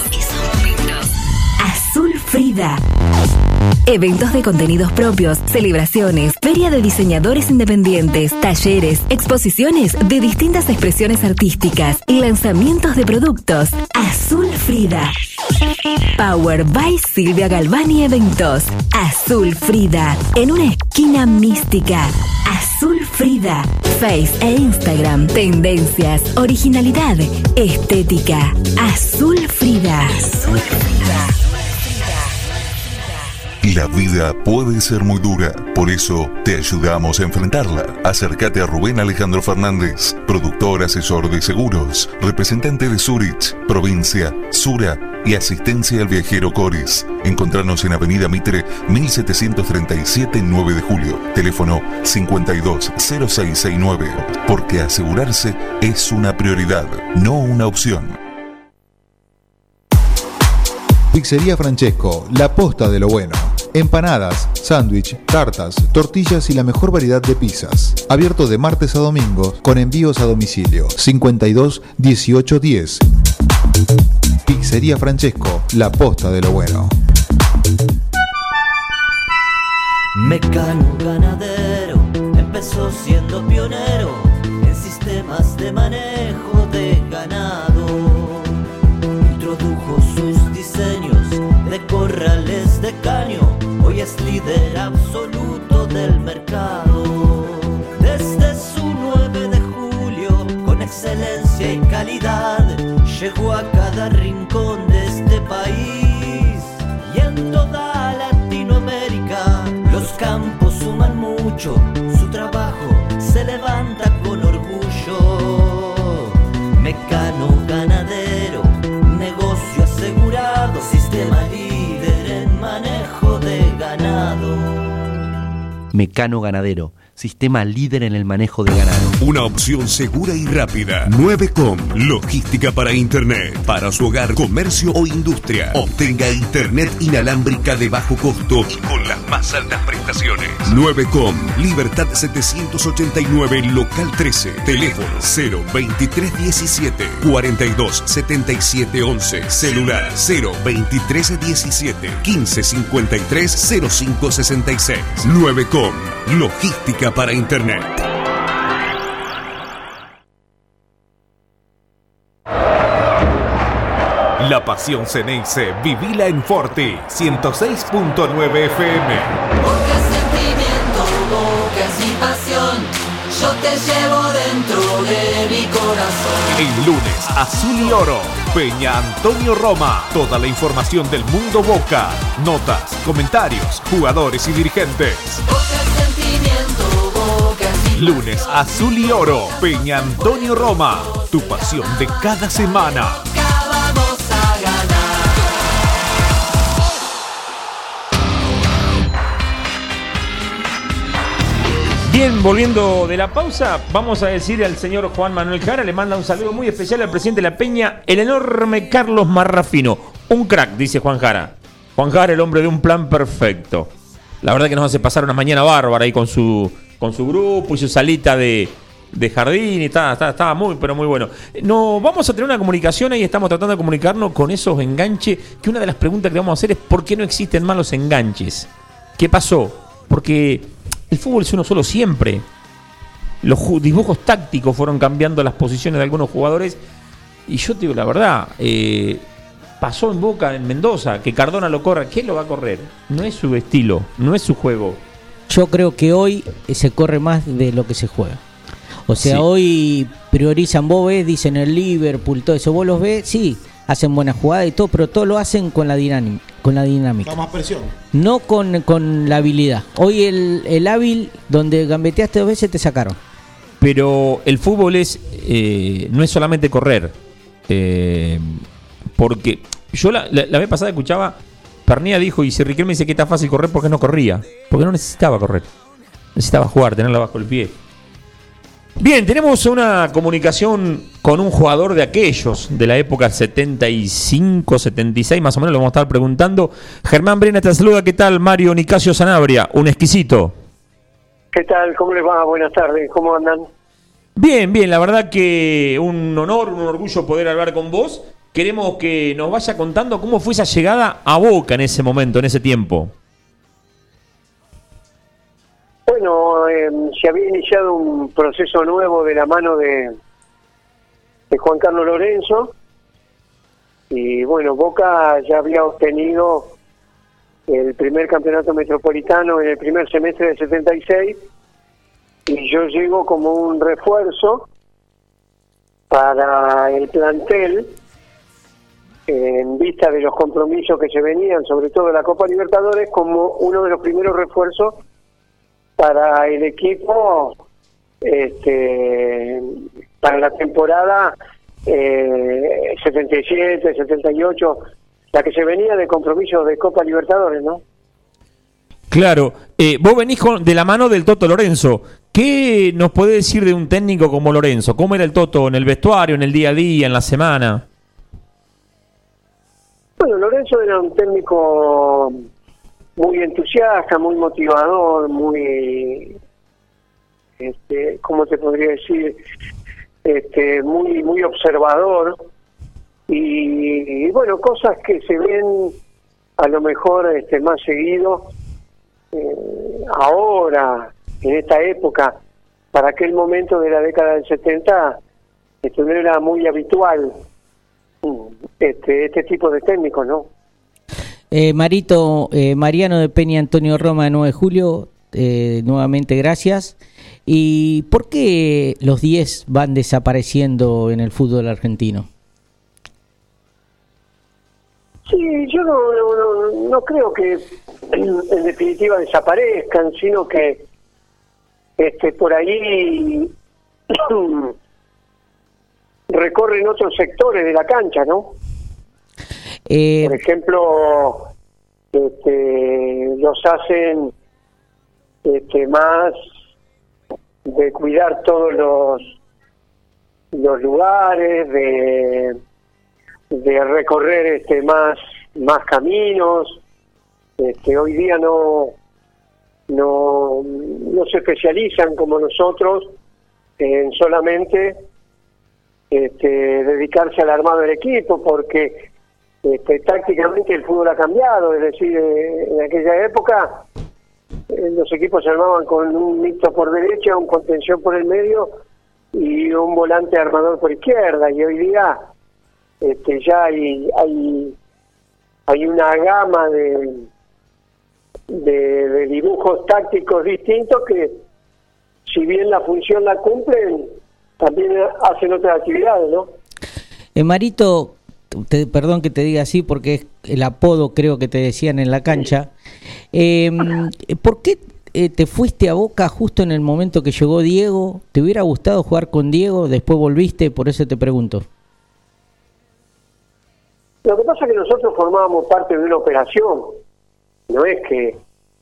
Azul Frida. Eventos de contenidos propios, celebraciones, feria de diseñadores independientes, talleres, exposiciones de distintas expresiones artísticas y lanzamientos de productos. Azul Frida. Power by Silvia Galvani Eventos. Azul Frida, en una esquina mística. Azul Frida. Face e Instagram. Tendencias, originalidad, estética. Azul Frida. Azul Frida. La vida puede ser muy dura, por eso te ayudamos a enfrentarla. Acércate a Rubén Alejandro Fernández, productor asesor de seguros, representante de Zurich, provincia, Sura y asistencia al viajero Coris. Encontrarnos en Avenida Mitre, 1737, 9 de julio. Teléfono 520669. Porque asegurarse es una prioridad, no una opción. Pizzería Francesco, la posta de lo bueno. Empanadas, sándwich, tartas, tortillas y la mejor variedad de pizzas. Abierto de martes a domingo con envíos a domicilio. 52 18 10. Pizzería Francesco, la posta de lo bueno. Mecano ganadero, empezó siendo pionero en sistemas de manejo de ganado. Introdujo sus diseños de corrales de caño, hoy es líder absoluto del mercado. Desde su 9 de julio, con excelencia y calidad, llegó a cada rincón de este país. Y en toda Latinoamérica, los campos suman mucho, su trabajo se levanta con orgullo. Mecano ganadero, negocio asegurado, sistema líder en manejo de ganado. Mecano ganadero, sistema líder en el manejo de ganado. Una opción segura y rápida. 9com, logística para internet, para su hogar, comercio o industria. Obtenga internet inalámbrica de bajo costo y con las más altas prestaciones. 9com, Libertad 789, local 13. Teléfono 02317 427711. Celular 02317 1553 0566. 9com, logística para internet. La pasión Ceneice, vivila en Forti, 106.9 FM. Porque sentimiento, Boca es mi pasión, yo te llevo dentro de mi corazón. El lunes, Azul y Oro, Peña Antonio Roma. Toda la información del mundo Boca, notas, comentarios, jugadores y dirigentes. Boca es sentimiento, Boca es mi Lunes, Azul y Oro, Peña Antonio Roma. Tu pasión de cada semana. vamos a ganar. Bien, volviendo de la pausa, vamos a decir al señor Juan Manuel Jara, le manda un saludo muy especial al presidente de la Peña, el enorme Carlos Marrafino. Un crack, dice Juan Jara. Juan Jara, el hombre de un plan perfecto. La verdad que nos hace pasar una mañana bárbara ahí con su grupo y su salita de jardín y estaba muy, pero muy bueno. No, vamos a tener una comunicación ahí, estamos tratando de comunicarnos con esos enganches, que una de las preguntas que vamos a hacer es ¿por qué no existen más los enganches? ¿Qué pasó? Porque el fútbol es uno solo siempre. Los dibujos tácticos fueron cambiando las posiciones de algunos jugadores y yo te digo la verdad, pasó en Boca, en Mendoza, que Cardona lo corra. ¿Quién lo va a correr? No es su estilo, no es su juego. Yo creo que hoy se corre más de lo que se juega. O sea, sí. Hoy priorizan, vos ves, dicen el Liverpool, todo eso, vos los ves, sí, hacen buena jugada y todo, pero todo lo hacen con la dinámica. Da más presión. No con la habilidad. Hoy el hábil, donde gambeteaste 2 veces, te sacaron. Pero el fútbol no es solamente correr. Porque yo la vez pasada escuchaba, Pernía dijo, y si Riquelme dice que está fácil correr, ¿por qué no corría? Porque no necesitaba correr. Necesitaba jugar, tenerla bajo el pie. Bien, tenemos una comunicación con un jugador de aquellos, de la época 75, 76, más o menos, lo vamos a estar preguntando. Germán Brena te saluda, ¿qué tal? Mario Nicasio Sanabria, un exquisito. ¿Qué tal? ¿Cómo les va? Buenas tardes, ¿cómo andan? Bien, la verdad que un honor, un orgullo poder hablar con vos. Queremos que nos vaya contando cómo fue esa llegada a Boca en ese momento, en ese tiempo. Bueno, se había iniciado un proceso nuevo de la mano de Juan Carlos Lorenzo y bueno, Boca ya había obtenido el primer campeonato metropolitano en el primer semestre del 76 y yo llego como un refuerzo para el plantel en vista de los compromisos que se venían, sobre todo la Copa Libertadores, como uno de los primeros refuerzos para el equipo para la temporada 77, 78, la que se venía de compromisos de Copa Libertadores, ¿no? Claro, vos venís de la mano del Toto Lorenzo. ¿Qué nos puede decir de un técnico como Lorenzo? ¿Cómo era el Toto en el vestuario, en el día a día, en la semana? Bueno, Lorenzo era un técnico muy entusiasta, muy motivador, muy, ¿cómo te podría decir? Muy observador y bueno, cosas que se ven a lo mejor más seguido ahora, en esta época. Para aquel momento de la década del 70 no era muy habitual este tipo de técnicos, ¿no? Marito, Mariano de Peña, Antonio Roma de 9 de julio, nuevamente gracias. ¿Y por qué los 10 van desapareciendo en el fútbol argentino? Sí, yo no creo que en definitiva desaparezcan, sino que por ahí recorren otros sectores de la cancha, ¿no? Por ejemplo, los hacen más de cuidar todos los lugares, de recorrer más caminos. Hoy día no se especializan como nosotros en solamente dedicarse al armado del equipo, porque tácticamente el fútbol ha cambiado. Es decir, en aquella época los equipos se armaban con un mixto por derecha, un contención por el medio y un volante armador por izquierda, y hoy día ya hay una gama de dibujos tácticos distintos que, si bien la función la cumplen, también hacen otras actividades, ¿no? Marito, perdón que te diga así porque es el apodo, creo que te decían en la cancha. ¿Por qué te fuiste a Boca justo en el momento que llegó Diego? ¿Te hubiera gustado jugar con Diego? Después volviste, por eso te pregunto. Lo que pasa es que nosotros formábamos parte de una operación. No es que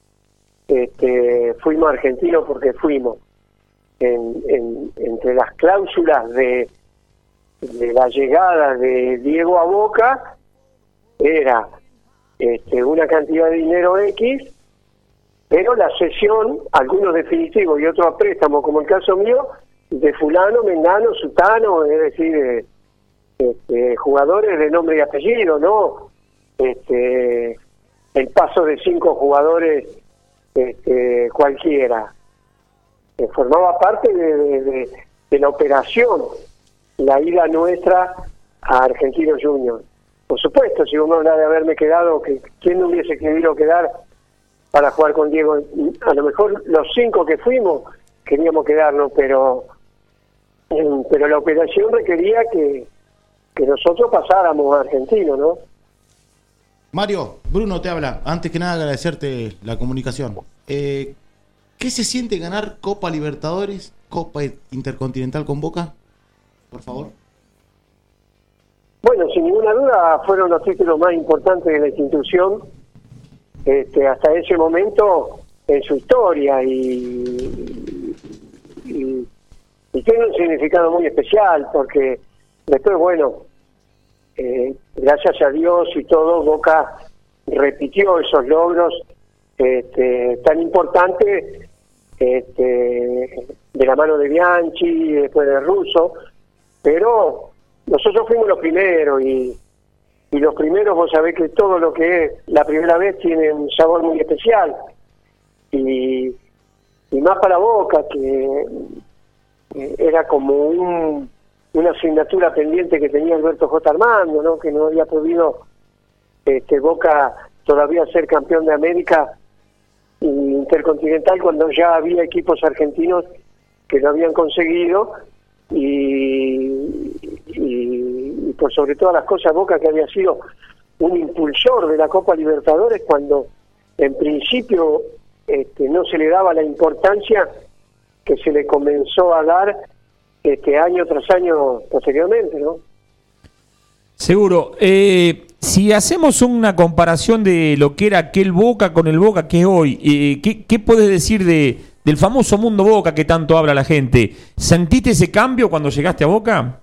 fuimos argentinos porque fuimos. Entre las cláusulas de la llegada de Diego a Boca era una cantidad de dinero X, pero la cesión, algunos definitivos y otros a préstamo, como el caso mío, de fulano, mengano, sutano, es decir, jugadores de nombre y apellido, ¿no? El paso de 5 jugadores cualquiera. Formaba parte de la operación, la ida nuestra a Argentinos Juniors. Por supuesto, si uno habla de haberme quedado, ¿quién no hubiese querido quedar para jugar con Diego? A lo mejor los 5 que fuimos queríamos quedarnos, pero la operación requería que nosotros pasáramos a Argentino, ¿no? Mario, Bruno te habla. Antes que nada agradecerte la comunicación. ¿Qué se siente ganar Copa Libertadores, Copa Intercontinental con Boca? Por favor. Bueno, sin ninguna duda fueron los títulos más importantes de la institución hasta ese momento en su historia y tiene un significado muy especial porque después, bueno, gracias a Dios y todo, Boca repitió esos logros tan importantes de la mano de Bianchi, después de Russo, pero nosotros fuimos los primeros y los primeros, vos sabés que todo lo que es la primera vez tiene un sabor muy especial y más para Boca, que era como una asignatura pendiente que tenía Alberto J. Armando, ¿no? Que no había podido Boca todavía ser campeón de América y Intercontinental cuando ya había equipos argentinos que lo habían conseguido y por sobre todas las cosas Boca, que había sido un impulsor de la Copa Libertadores cuando en principio no se le daba la importancia que se le comenzó a dar año tras año posteriormente, ¿no? Seguro. Si hacemos una comparación de lo que era aquel Boca con el Boca que es hoy, ¿qué puedes decir del famoso mundo Boca que tanto habla la gente? ¿Sentiste ese cambio cuando llegaste a Boca?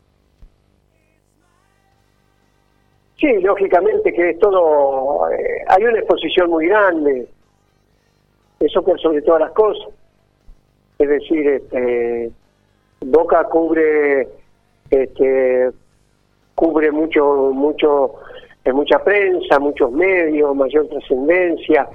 Sí, lógicamente que es todo, hay una exposición muy grande, eso por sobre todas las cosas. Es decir, Boca cubre mucha prensa, muchos medios, mayor trascendencia.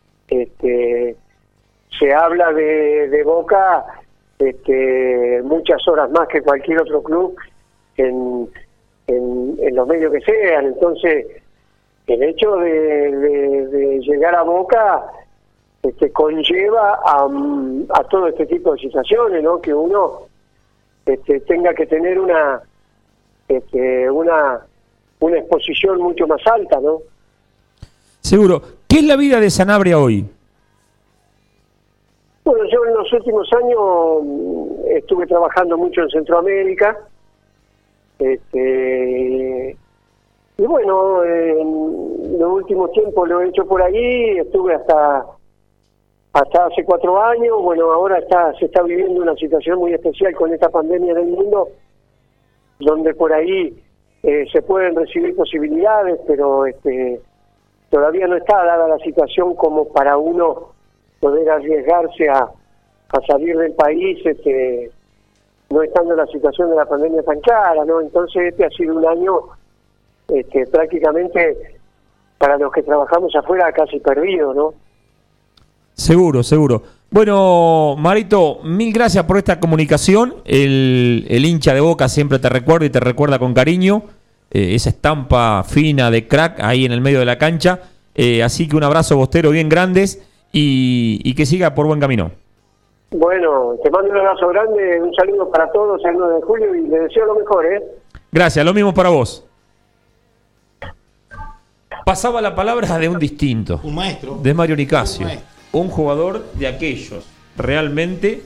Se habla de Boca muchas horas más que cualquier otro club en los medios que sean. Entonces, el hecho de llegar a Boca conlleva a todo este tipo de situaciones, ¿no? Que uno tenga que tener una exposición mucho más alta, ¿no? Seguro. ¿Qué es la vida de Sanabria hoy? Bueno, yo en los últimos años estuve trabajando mucho en Centroamérica, y bueno, en los últimos tiempos lo he hecho por ahí, estuve hasta hace 4 años. Bueno, ahora se está viviendo una situación muy especial con esta pandemia del mundo, donde por ahí se pueden recibir posibilidades, pero todavía no está dada la situación como para uno poder arriesgarse a salir del país, no estando la situación de la pandemia tan clara, ¿no? Entonces ha sido un año prácticamente para los que trabajamos afuera casi perdido, ¿no? Seguro, seguro. Bueno, Marito, mil gracias por esta comunicación. El hincha de Boca siempre te recuerda y te recuerda con cariño, esa estampa fina de crack ahí en el medio de la cancha. Así que un abrazo bostero bien grandes y que siga por buen camino. Bueno, te mando un abrazo grande, un saludo para todos el 9 de julio y les deseo lo mejor, ¿eh? Gracias, lo mismo para vos. Pasaba la palabra de un distinto. Un maestro. De Mario Nicasio. Un jugador de aquellos, realmente.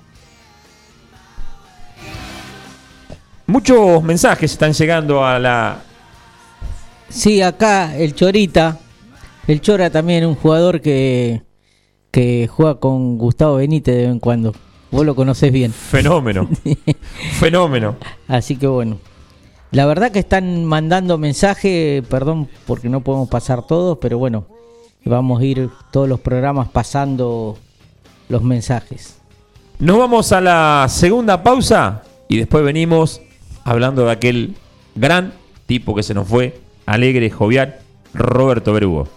Muchos mensajes están llegando a la... Sí, acá el Chorita, el Chora también, un jugador que juega con Gustavo Benítez de vez en cuando. Vos lo conocés bien. Fenómeno. Fenómeno. Así que bueno. La verdad que están mandando mensajes, perdón porque no podemos pasar todos, pero bueno, vamos a ir todos los programas pasando los mensajes. Nos vamos a la segunda pausa y después venimos hablando de aquel gran tipo que se nos fue, alegre, jovial, Roberto Berugo.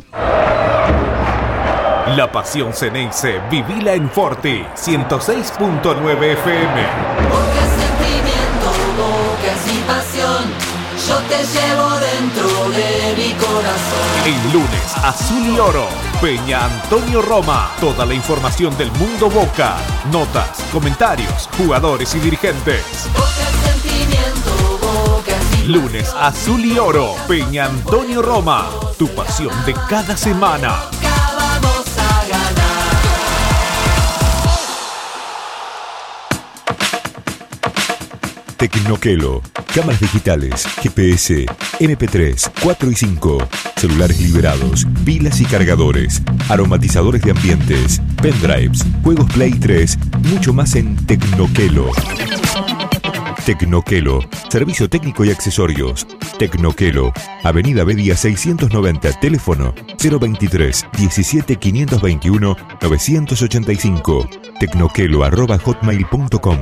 La pasión Ceneice, vivila en Forti 106.9 FM. Porque sentimiento, Boca es mi pasión, yo te llevo dentro de mi corazón. El lunes, Azul y Oro, Peña Antonio Roma. Toda la información del mundo Boca, notas, comentarios, jugadores y dirigentes. Boca es sentimiento, Boca es mi Lunes, Azul y Oro, Peña Antonio Roma. Tu pasión de cada semana. Tecnoquelo, cámaras digitales, GPS, MP3, 4 y 5, celulares liberados, pilas y cargadores, aromatizadores de ambientes, pendrives, juegos Play 3, mucho más en Tecnoquelo. Tecnoquelo, servicio técnico y accesorios. Tecnoquelo, Avenida Bedia 690, teléfono 023 17 521 985, tecnoquelo@hotmail.com.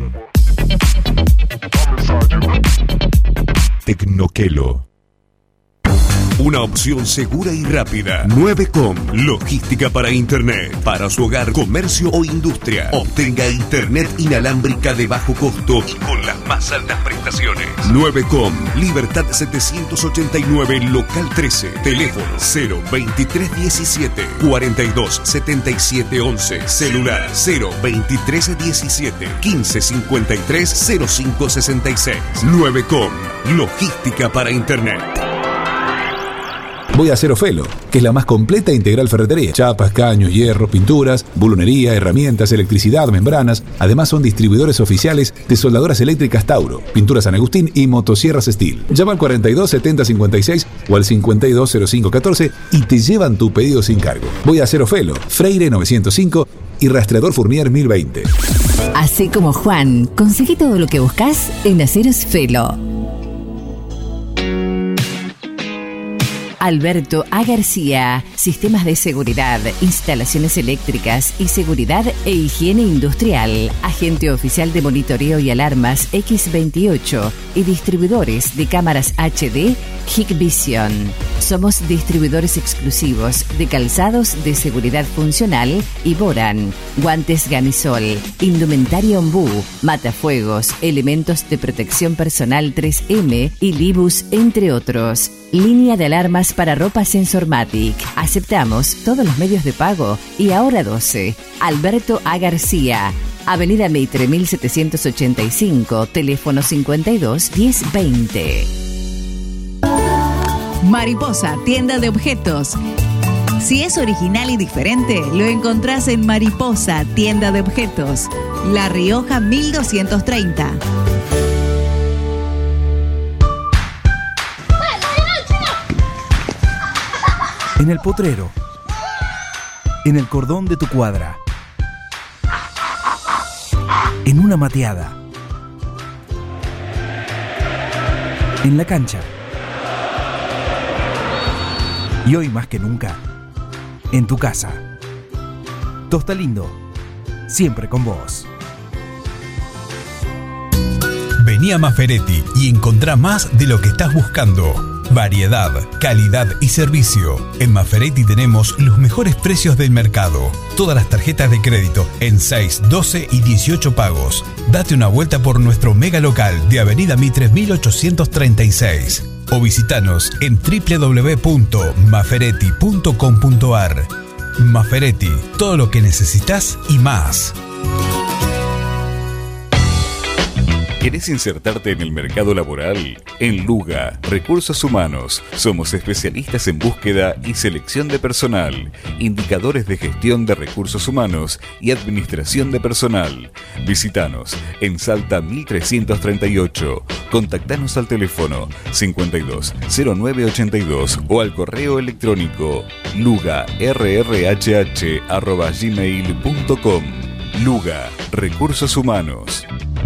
Tecnoquelo. una opción segura y rápida. 9com, logística para internet, para su hogar, comercio o industria. Obtenga internet inalámbrica de bajo costo y con las más altas prestaciones. 9com, Libertad 789, local 13, teléfono 02317 427711, celular 02317 1553 0566. 9com, logística para internet. Voy a hacer Ofelo, que es la más completa e integral ferretería. Chapas, caños, hierro, pinturas, bulunería, herramientas, electricidad, membranas. Además son distribuidores oficiales de soldadoras eléctricas Tauro, pinturas San Agustín y motosierras Steel. Llama al 42 70 56 o al 52 05 14 y te llevan tu pedido sin cargo. Voy a hacer Ofelo, Freire 905 y Rastreador Fournier 1020. Así como Juan, conseguí todo lo que buscas en Aceros Felo. Alberto A. García, sistemas de seguridad, instalaciones eléctricas y seguridad e higiene industrial, agente oficial de monitoreo y alarmas X28 y distribuidores de cámaras HD Hikvision. Somos distribuidores exclusivos de calzados de seguridad funcional y Boran, guantes Gamisol, indumentaria Ombú, matafuegos, elementos de protección personal 3M y Libus, entre otros. Línea de alarmas para ropa Sensormatic. Aceptamos todos los medios de pago y ahora 12. Alberto A. García, Avenida Mitre 1785, teléfono 52 1020. Mariposa, tienda de objetos. Si es original y diferente, lo encontrás en Mariposa, tienda de objetos. La Rioja 1230. En el potrero, en el cordón de tu cuadra, en una mateada, en la cancha y hoy más que nunca, en tu casa. Tosta Lindo, siempre con vos. Vení a Maferetti y encontrá más de lo que estás buscando. Variedad, calidad y servicio. En Maferetti tenemos los mejores precios del mercado. Todas las tarjetas de crédito en 6, 12 y 18 pagos. Date una vuelta por nuestro mega local de Avenida Mitre 1836 o visitanos en www.maferetti.com.ar. Maferetti, todo lo que necesitas y más. ¿Querés insertarte en el mercado laboral? En Luga, Recursos Humanos, somos especialistas en búsqueda y selección de personal, indicadores de gestión de recursos humanos y administración de personal. Visítanos en Salta 1338. Contactanos al teléfono 52 0982 o al correo electrónico lugarrhh@gmail.com. Luga, Recursos Humanos.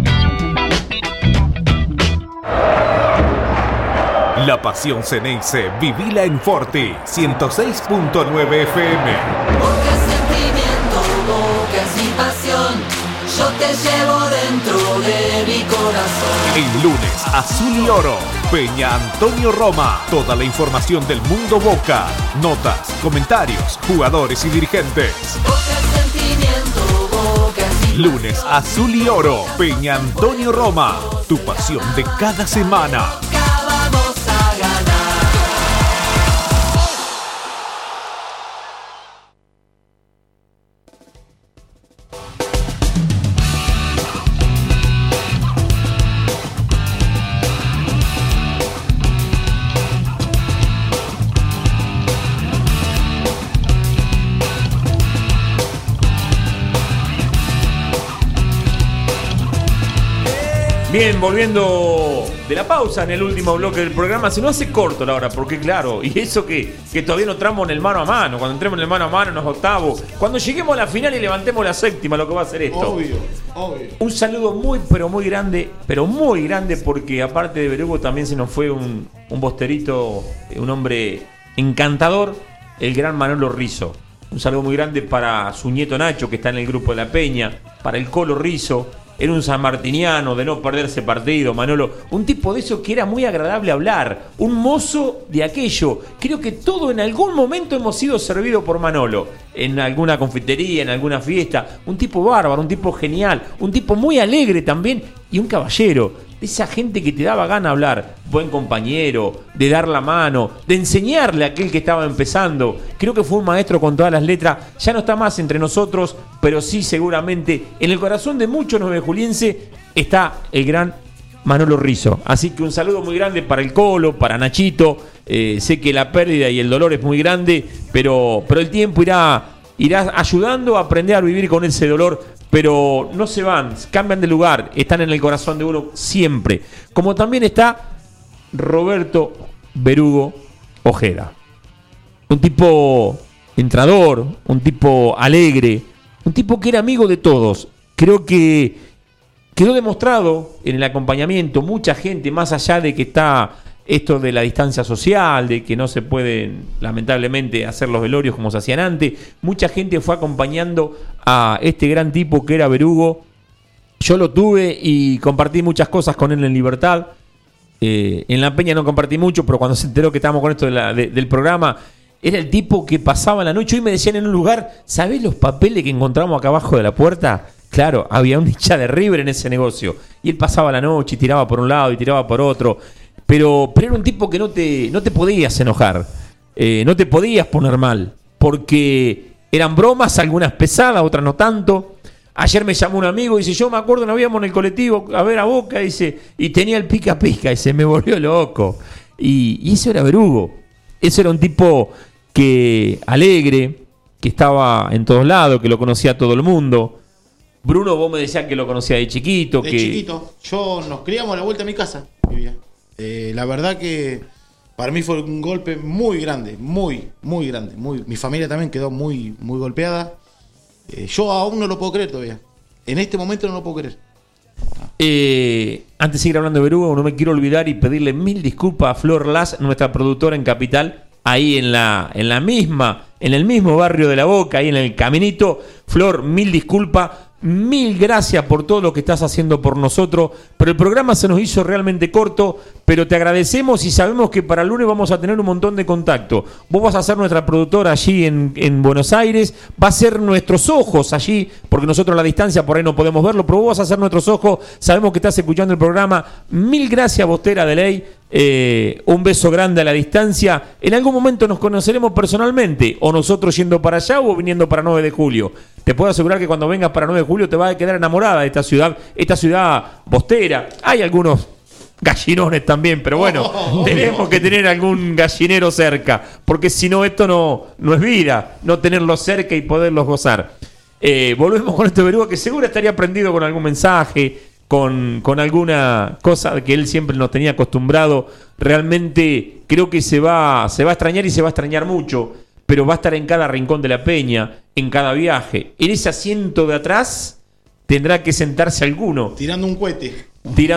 La pasión Ceneice, vivila en Forti 106.9 FM. Porque sentimiento, Boca es mi pasión, yo te llevo dentro de mi corazón. El lunes, Azul y Oro, Peña Antonio Roma. Toda la información del mundo Boca, notas, comentarios, jugadores y dirigentes. Boca es sentimiento, Boca es mi Lunes, Azul y Oro, Peña Antonio Roma. Tu pasión de cada semana. Bien, volviendo de la pausa en el último bloque del programa, se nos hace corto la hora, porque claro, y eso que todavía no entramos en el mano a mano, cuando entremos en el mano a mano, en los octavos, cuando lleguemos a la final y levantemos la séptima, lo que va a ser esto. Obvio. Un saludo muy muy grande, porque aparte de Berugo también se nos fue un bosterito, un hombre encantador, el gran Manolo Rizzo. Un saludo muy grande para su nieto Nacho, que está en el grupo de La Peña, para el Colo Rizzo, era un sanmartiniano de no perderse partido, Manolo. Un tipo de eso que era muy agradable hablar, un mozo de aquello. Creo que todo en algún momento hemos sido servidos por Manolo, en alguna confitería, en alguna fiesta. Un tipo bárbaro, un tipo genial, un tipo muy alegre también y un caballero. De esa gente que te daba gana hablar, buen compañero, de dar la mano, de enseñarle a aquel que estaba empezando. Creo que fue un maestro con todas las letras. Ya no está más entre nosotros, pero sí seguramente en el corazón de muchos nuevejulienses está el gran Manolo Rizzo. Así que un saludo muy grande para el Colo, para Nachito. Sé que la pérdida y el dolor es muy grande, pero el tiempo irá ayudando a aprender a vivir con ese dolor. Pero no se van, cambian de lugar, están en el corazón de uno siempre. Como también está Roberto Berugo Ojeda. Un tipo entrador, un tipo alegre, un tipo que era amigo de todos. Creo que quedó demostrado en el acompañamiento. Mucha gente, más allá de que está esto de la distancia social, de que no se pueden lamentablemente hacer los velorios como se hacían antes, mucha gente fue acompañando a este gran tipo que era Berugo. Yo lo tuve y compartí muchas cosas con él en Libertad. En La Peña no compartí mucho, pero cuando se enteró que estábamos con esto del programa, era el tipo que pasaba la noche. Hoy me decían en un lugar, ¿sabés los papeles que encontramos acá abajo de la puerta? Claro, había un hincha de River en ese negocio. Y él pasaba la noche y tiraba por un lado y tiraba por otro. Pero era un tipo que no te podías enojar, no te podías poner mal, porque eran bromas, algunas pesadas, otras no tanto. Ayer me llamó un amigo y dice, yo me acuerdo, nos íbamos en el colectivo a ver a Boca, dice, y tenía el pica pica, y se me volvió loco. Y eso era Berugo, eso era un tipo que alegre, que estaba en todos lados, que lo conocía todo el mundo. Bruno, vos me decías que lo conocía de chiquito. Chiquito, nos criamos a la vuelta de mi casa, vivía. La verdad que para mí fue un golpe muy grande, muy grande. Mi familia también quedó muy golpeada. Yo aún no lo puedo creer todavía. En este momento no lo puedo creer. Antes de seguir hablando de Berugo, no me quiero olvidar y pedirle mil disculpas a Flor Las, nuestra productora en Capital, ahí en el mismo barrio de La Boca, ahí en el Caminito. Flor, mil disculpas. Mil gracias por todo lo que estás haciendo por nosotros, pero el programa se nos hizo realmente corto, pero te agradecemos y sabemos que para el lunes vamos a tener un montón de contacto. Vos vas a ser nuestra productora allí en Buenos Aires, va a ser nuestros ojos allí, porque nosotros a la distancia por ahí no podemos verlo, pero vos vas a ser nuestros ojos, sabemos que estás escuchando el programa. Mil gracias, Bostera de Ley, un beso grande a la distancia. En algún momento nos conoceremos personalmente, o nosotros yendo para allá o viniendo para 9 de julio. Te puedo asegurar que cuando vengas para 9 de julio te vas a quedar enamorada de esta ciudad bostera. Hay algunos gallinones también, pero bueno, tenemos que tener algún gallinero cerca, porque si no esto no es vida, no tenerlos cerca y poderlos gozar. Volvemos con este Berugo que seguro estaría prendido con algún mensaje, con alguna cosa que él siempre nos tenía acostumbrado. Realmente creo que se va a extrañar y se va a extrañar mucho, pero va a estar en cada rincón de La Peña, en cada viaje. En ese asiento de atrás tendrá que sentarse alguno. Tirando un cohete.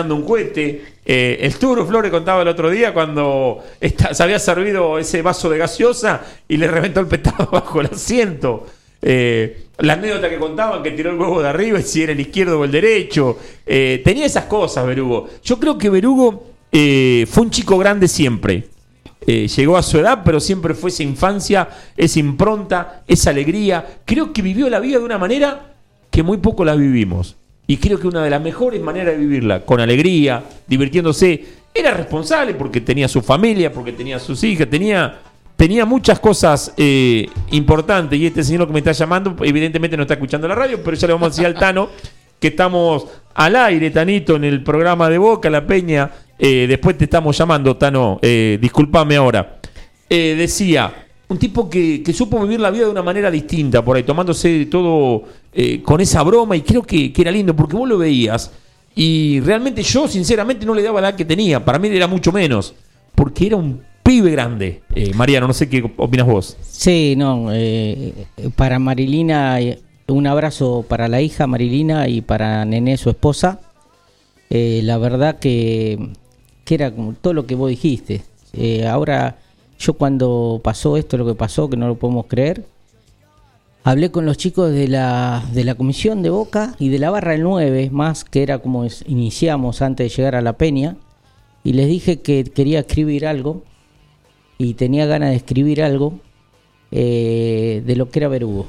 El Turo Flores contaba el otro día cuando se había servido ese vaso de gaseosa y le reventó el petado bajo el asiento. La anécdota que contaban, que tiró el huevo de arriba y si era el izquierdo o el derecho. Tenía esas cosas Berugo. Yo creo que Berugo fue un chico grande siempre. Llegó a su edad, pero siempre fue esa infancia, esa impronta, esa alegría. Creo que vivió la vida de una manera que muy poco la vivimos. Y creo que una de las mejores maneras de vivirla, con alegría, divirtiéndose. Era responsable porque tenía su familia, porque tenía sus hijas, tenía muchas cosas importantes. Y este señor que me está llamando, evidentemente no está escuchando la radio, pero ya le vamos a decir al Tano que estamos al aire, Tanito, en el programa de Boca, La Peña. Después te estamos llamando, Tano, discúlpame ahora. Decía, un tipo que supo vivir la vida de una manera distinta, por ahí, tomándose todo con esa broma, y creo que era lindo, porque vos lo veías, y realmente yo, sinceramente, no le daba la edad que tenía, para mí era mucho menos, porque era un pibe grande. Mariano, no sé qué opinas vos. Sí, no, para Marilina, un abrazo para la hija Marilina y para Nené, su esposa. La verdad que era como todo lo que vos dijiste. Ahora, yo cuando pasó esto, lo que pasó, que no lo podemos creer, Hablé con los chicos de la comisión de Boca y de la barra del 9, más que era como iniciamos antes de llegar a la Peña, y les dije que quería escribir algo y tenía ganas de escribir algo de lo que era Verugo.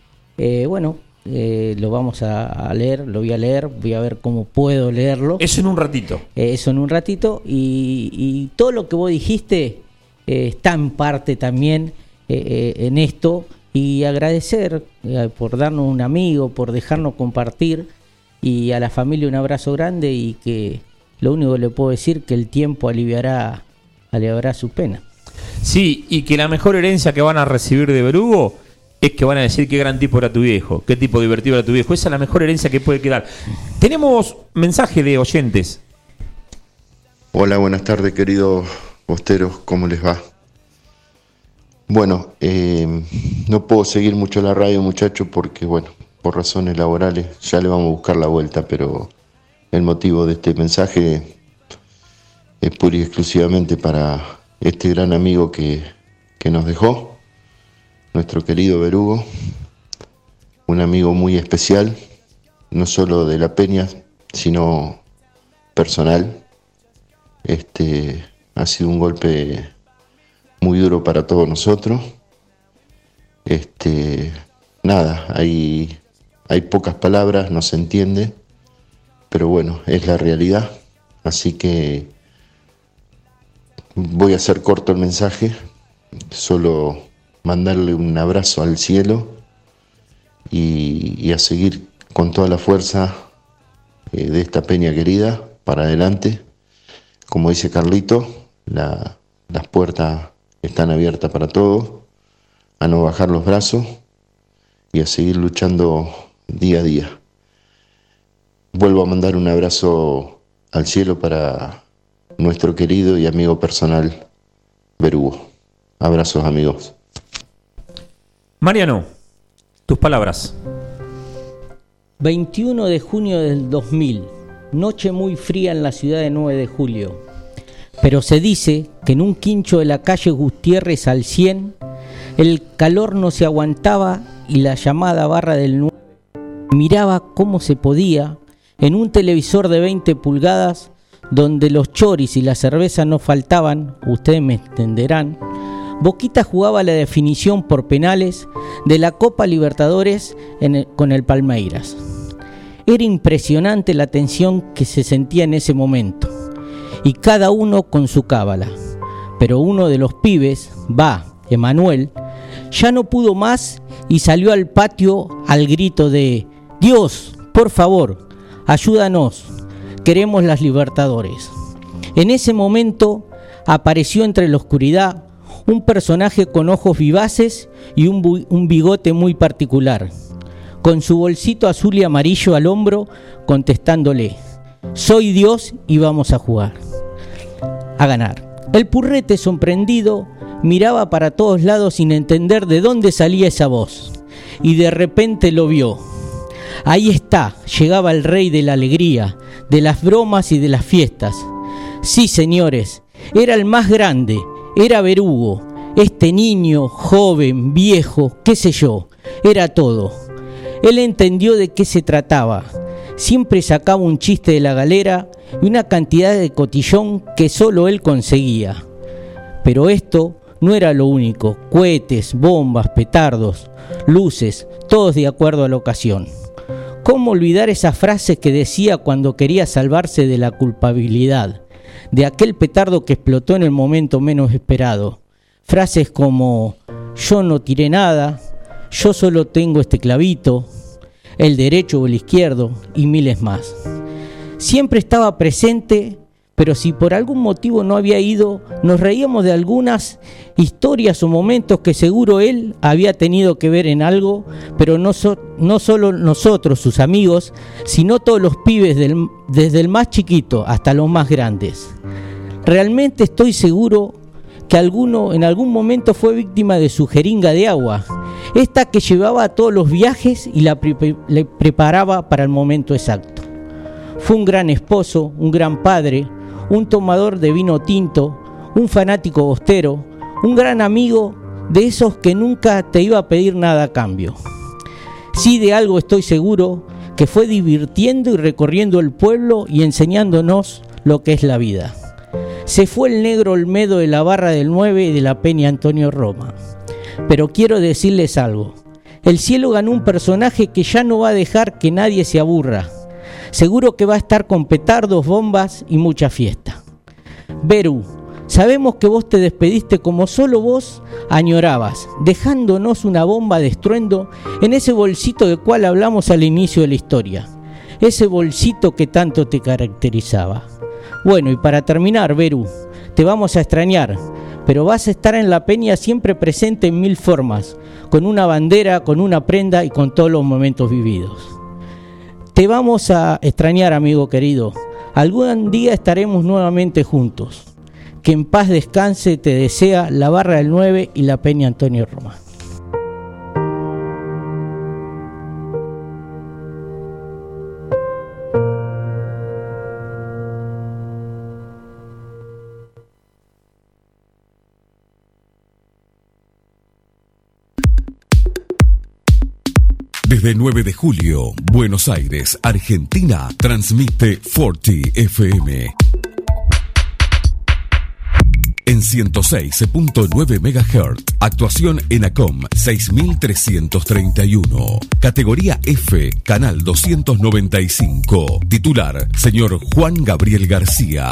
Lo vamos a leer, lo voy a leer, voy a ver cómo puedo leerlo. Eso en un ratito. Y todo lo que vos dijiste está en parte también en esto. Y agradecer por darnos un amigo, por dejarnos compartir, y a la familia un abrazo grande, y que lo único que le puedo decir que el tiempo aliviará su pena. Sí, y que la mejor herencia que van a recibir de Verugo es que van a decir qué gran tipo era tu viejo, qué tipo divertido era tu viejo. Esa es la mejor herencia que puede quedar. Tenemos mensaje de oyentes. Hola, buenas tardes, queridos bosteros, ¿cómo les va? Bueno, no puedo seguir mucho la radio, muchachos, porque, por razones laborales ya le vamos a buscar la vuelta, pero el motivo de este mensaje es pura y exclusivamente para este gran amigo que nos dejó, nuestro querido Verugo, un amigo muy especial, no solo de la Peña, sino personal. Ha sido un golpe muy duro para todos nosotros. Hay pocas palabras, no se entiende, pero es la realidad. Así que voy a hacer corto el mensaje, solo mandarle un abrazo al cielo y a seguir con toda la fuerza de esta Peña querida para adelante. Como dice Carlito, las puertas están abiertas para todos, a no bajar los brazos y a seguir luchando día a día. Vuelvo a mandar un abrazo al cielo para nuestro querido y amigo personal Verugo. Abrazos, amigos. Mariano, tus palabras. 21 de junio del 2000, noche muy fría en la ciudad de 9 de julio. Pero se dice que en un quincho de la calle Gutiérrez al 100, el calor no se aguantaba y la llamada barra del 9 miraba cómo se podía, en un televisor de 20 pulgadas, donde los choris y la cerveza no faltaban, ustedes me entenderán, Boquita jugaba la definición por penales de la Copa Libertadores con el Palmeiras. Era impresionante la tensión que se sentía en ese momento, y cada uno con su cábala. Pero uno de los pibes, Emanuel, ya no pudo más y salió al patio al grito de «Dios, por favor, ayúdanos, queremos las Libertadores». En ese momento apareció entre la oscuridad un personaje con ojos vivaces y un bigote muy particular, con su bolsito azul y amarillo al hombro, contestándole «Soy Dios y vamos a jugar, a ganar». El purrete, sorprendido, miraba para todos lados sin entender de dónde salía esa voz, y de repente lo vio. Ahí está, llegaba el rey de la alegría, de las bromas y de las fiestas. Sí, señores, era el más grande, era Verugo, este niño, joven, viejo, qué sé yo, era todo. Él entendió de qué se trataba. Siempre sacaba un chiste de la galera y una cantidad de cotillón que solo él conseguía. Pero esto no era lo único: cohetes, bombas, petardos, luces, todos de acuerdo a la ocasión. ¿Cómo olvidar esas frases que decía cuando quería salvarse de la culpabilidad, de aquel petardo que explotó en el momento menos esperado? Frases como «yo no tiré nada», «yo solo tengo este clavito», «el derecho o el izquierdo» y miles más. Siempre estaba presente, pero si por algún motivo no había ido, nos reíamos de algunas historias o momentos que seguro él había tenido que ver en algo, pero no solo nosotros, sus amigos, sino todos los pibes, desde el más chiquito hasta los más grandes. Realmente estoy seguro que alguno en algún momento fue víctima de su jeringa de agua, esta que llevaba a todos los viajes y le preparaba para el momento exacto. Fue un gran esposo, un gran padre, un tomador de vino tinto, un fanático bostero, un gran amigo, de esos que nunca te iba a pedir nada a cambio. Sí, de algo estoy seguro, que fue divirtiendo y recorriendo el pueblo y enseñándonos lo que es la vida. Se fue el negro Olmedo de la barra del 9 y de la Peña Antonio Roma. Pero quiero decirles algo. El cielo ganó un personaje que ya no va a dejar que nadie se aburra. Seguro que va a estar con petardos, bombas y mucha fiesta. Beru, sabemos que vos te despediste como solo vos añorabas, dejándonos una bomba de estruendo en ese bolsito del cual hablamos al inicio de la historia. Ese bolsito que tanto te caracterizaba. Bueno, y para terminar, Beru, te vamos a extrañar, pero vas a estar en la Peña siempre presente en 1000 formas, con una bandera, con una prenda y con todos los momentos vividos. Te vamos a extrañar, amigo querido. Algún día estaremos nuevamente juntos. Que en paz descanse te desea la barra del 9 y la Peña Antonio Roma. Desde 9 de julio, Buenos Aires, Argentina, transmite Forti FM. En 106.9 MHz, actuación ENACOM 6331, categoría F, canal 295, titular, señor Juan Gabriel García.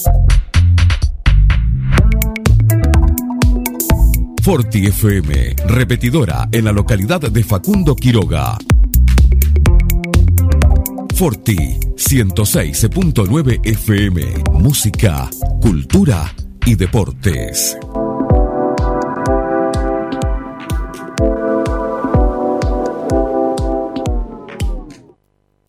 Forti FM, repetidora en la localidad de Facundo Quiroga. Forti 106.9 FM, música, cultura y deportes.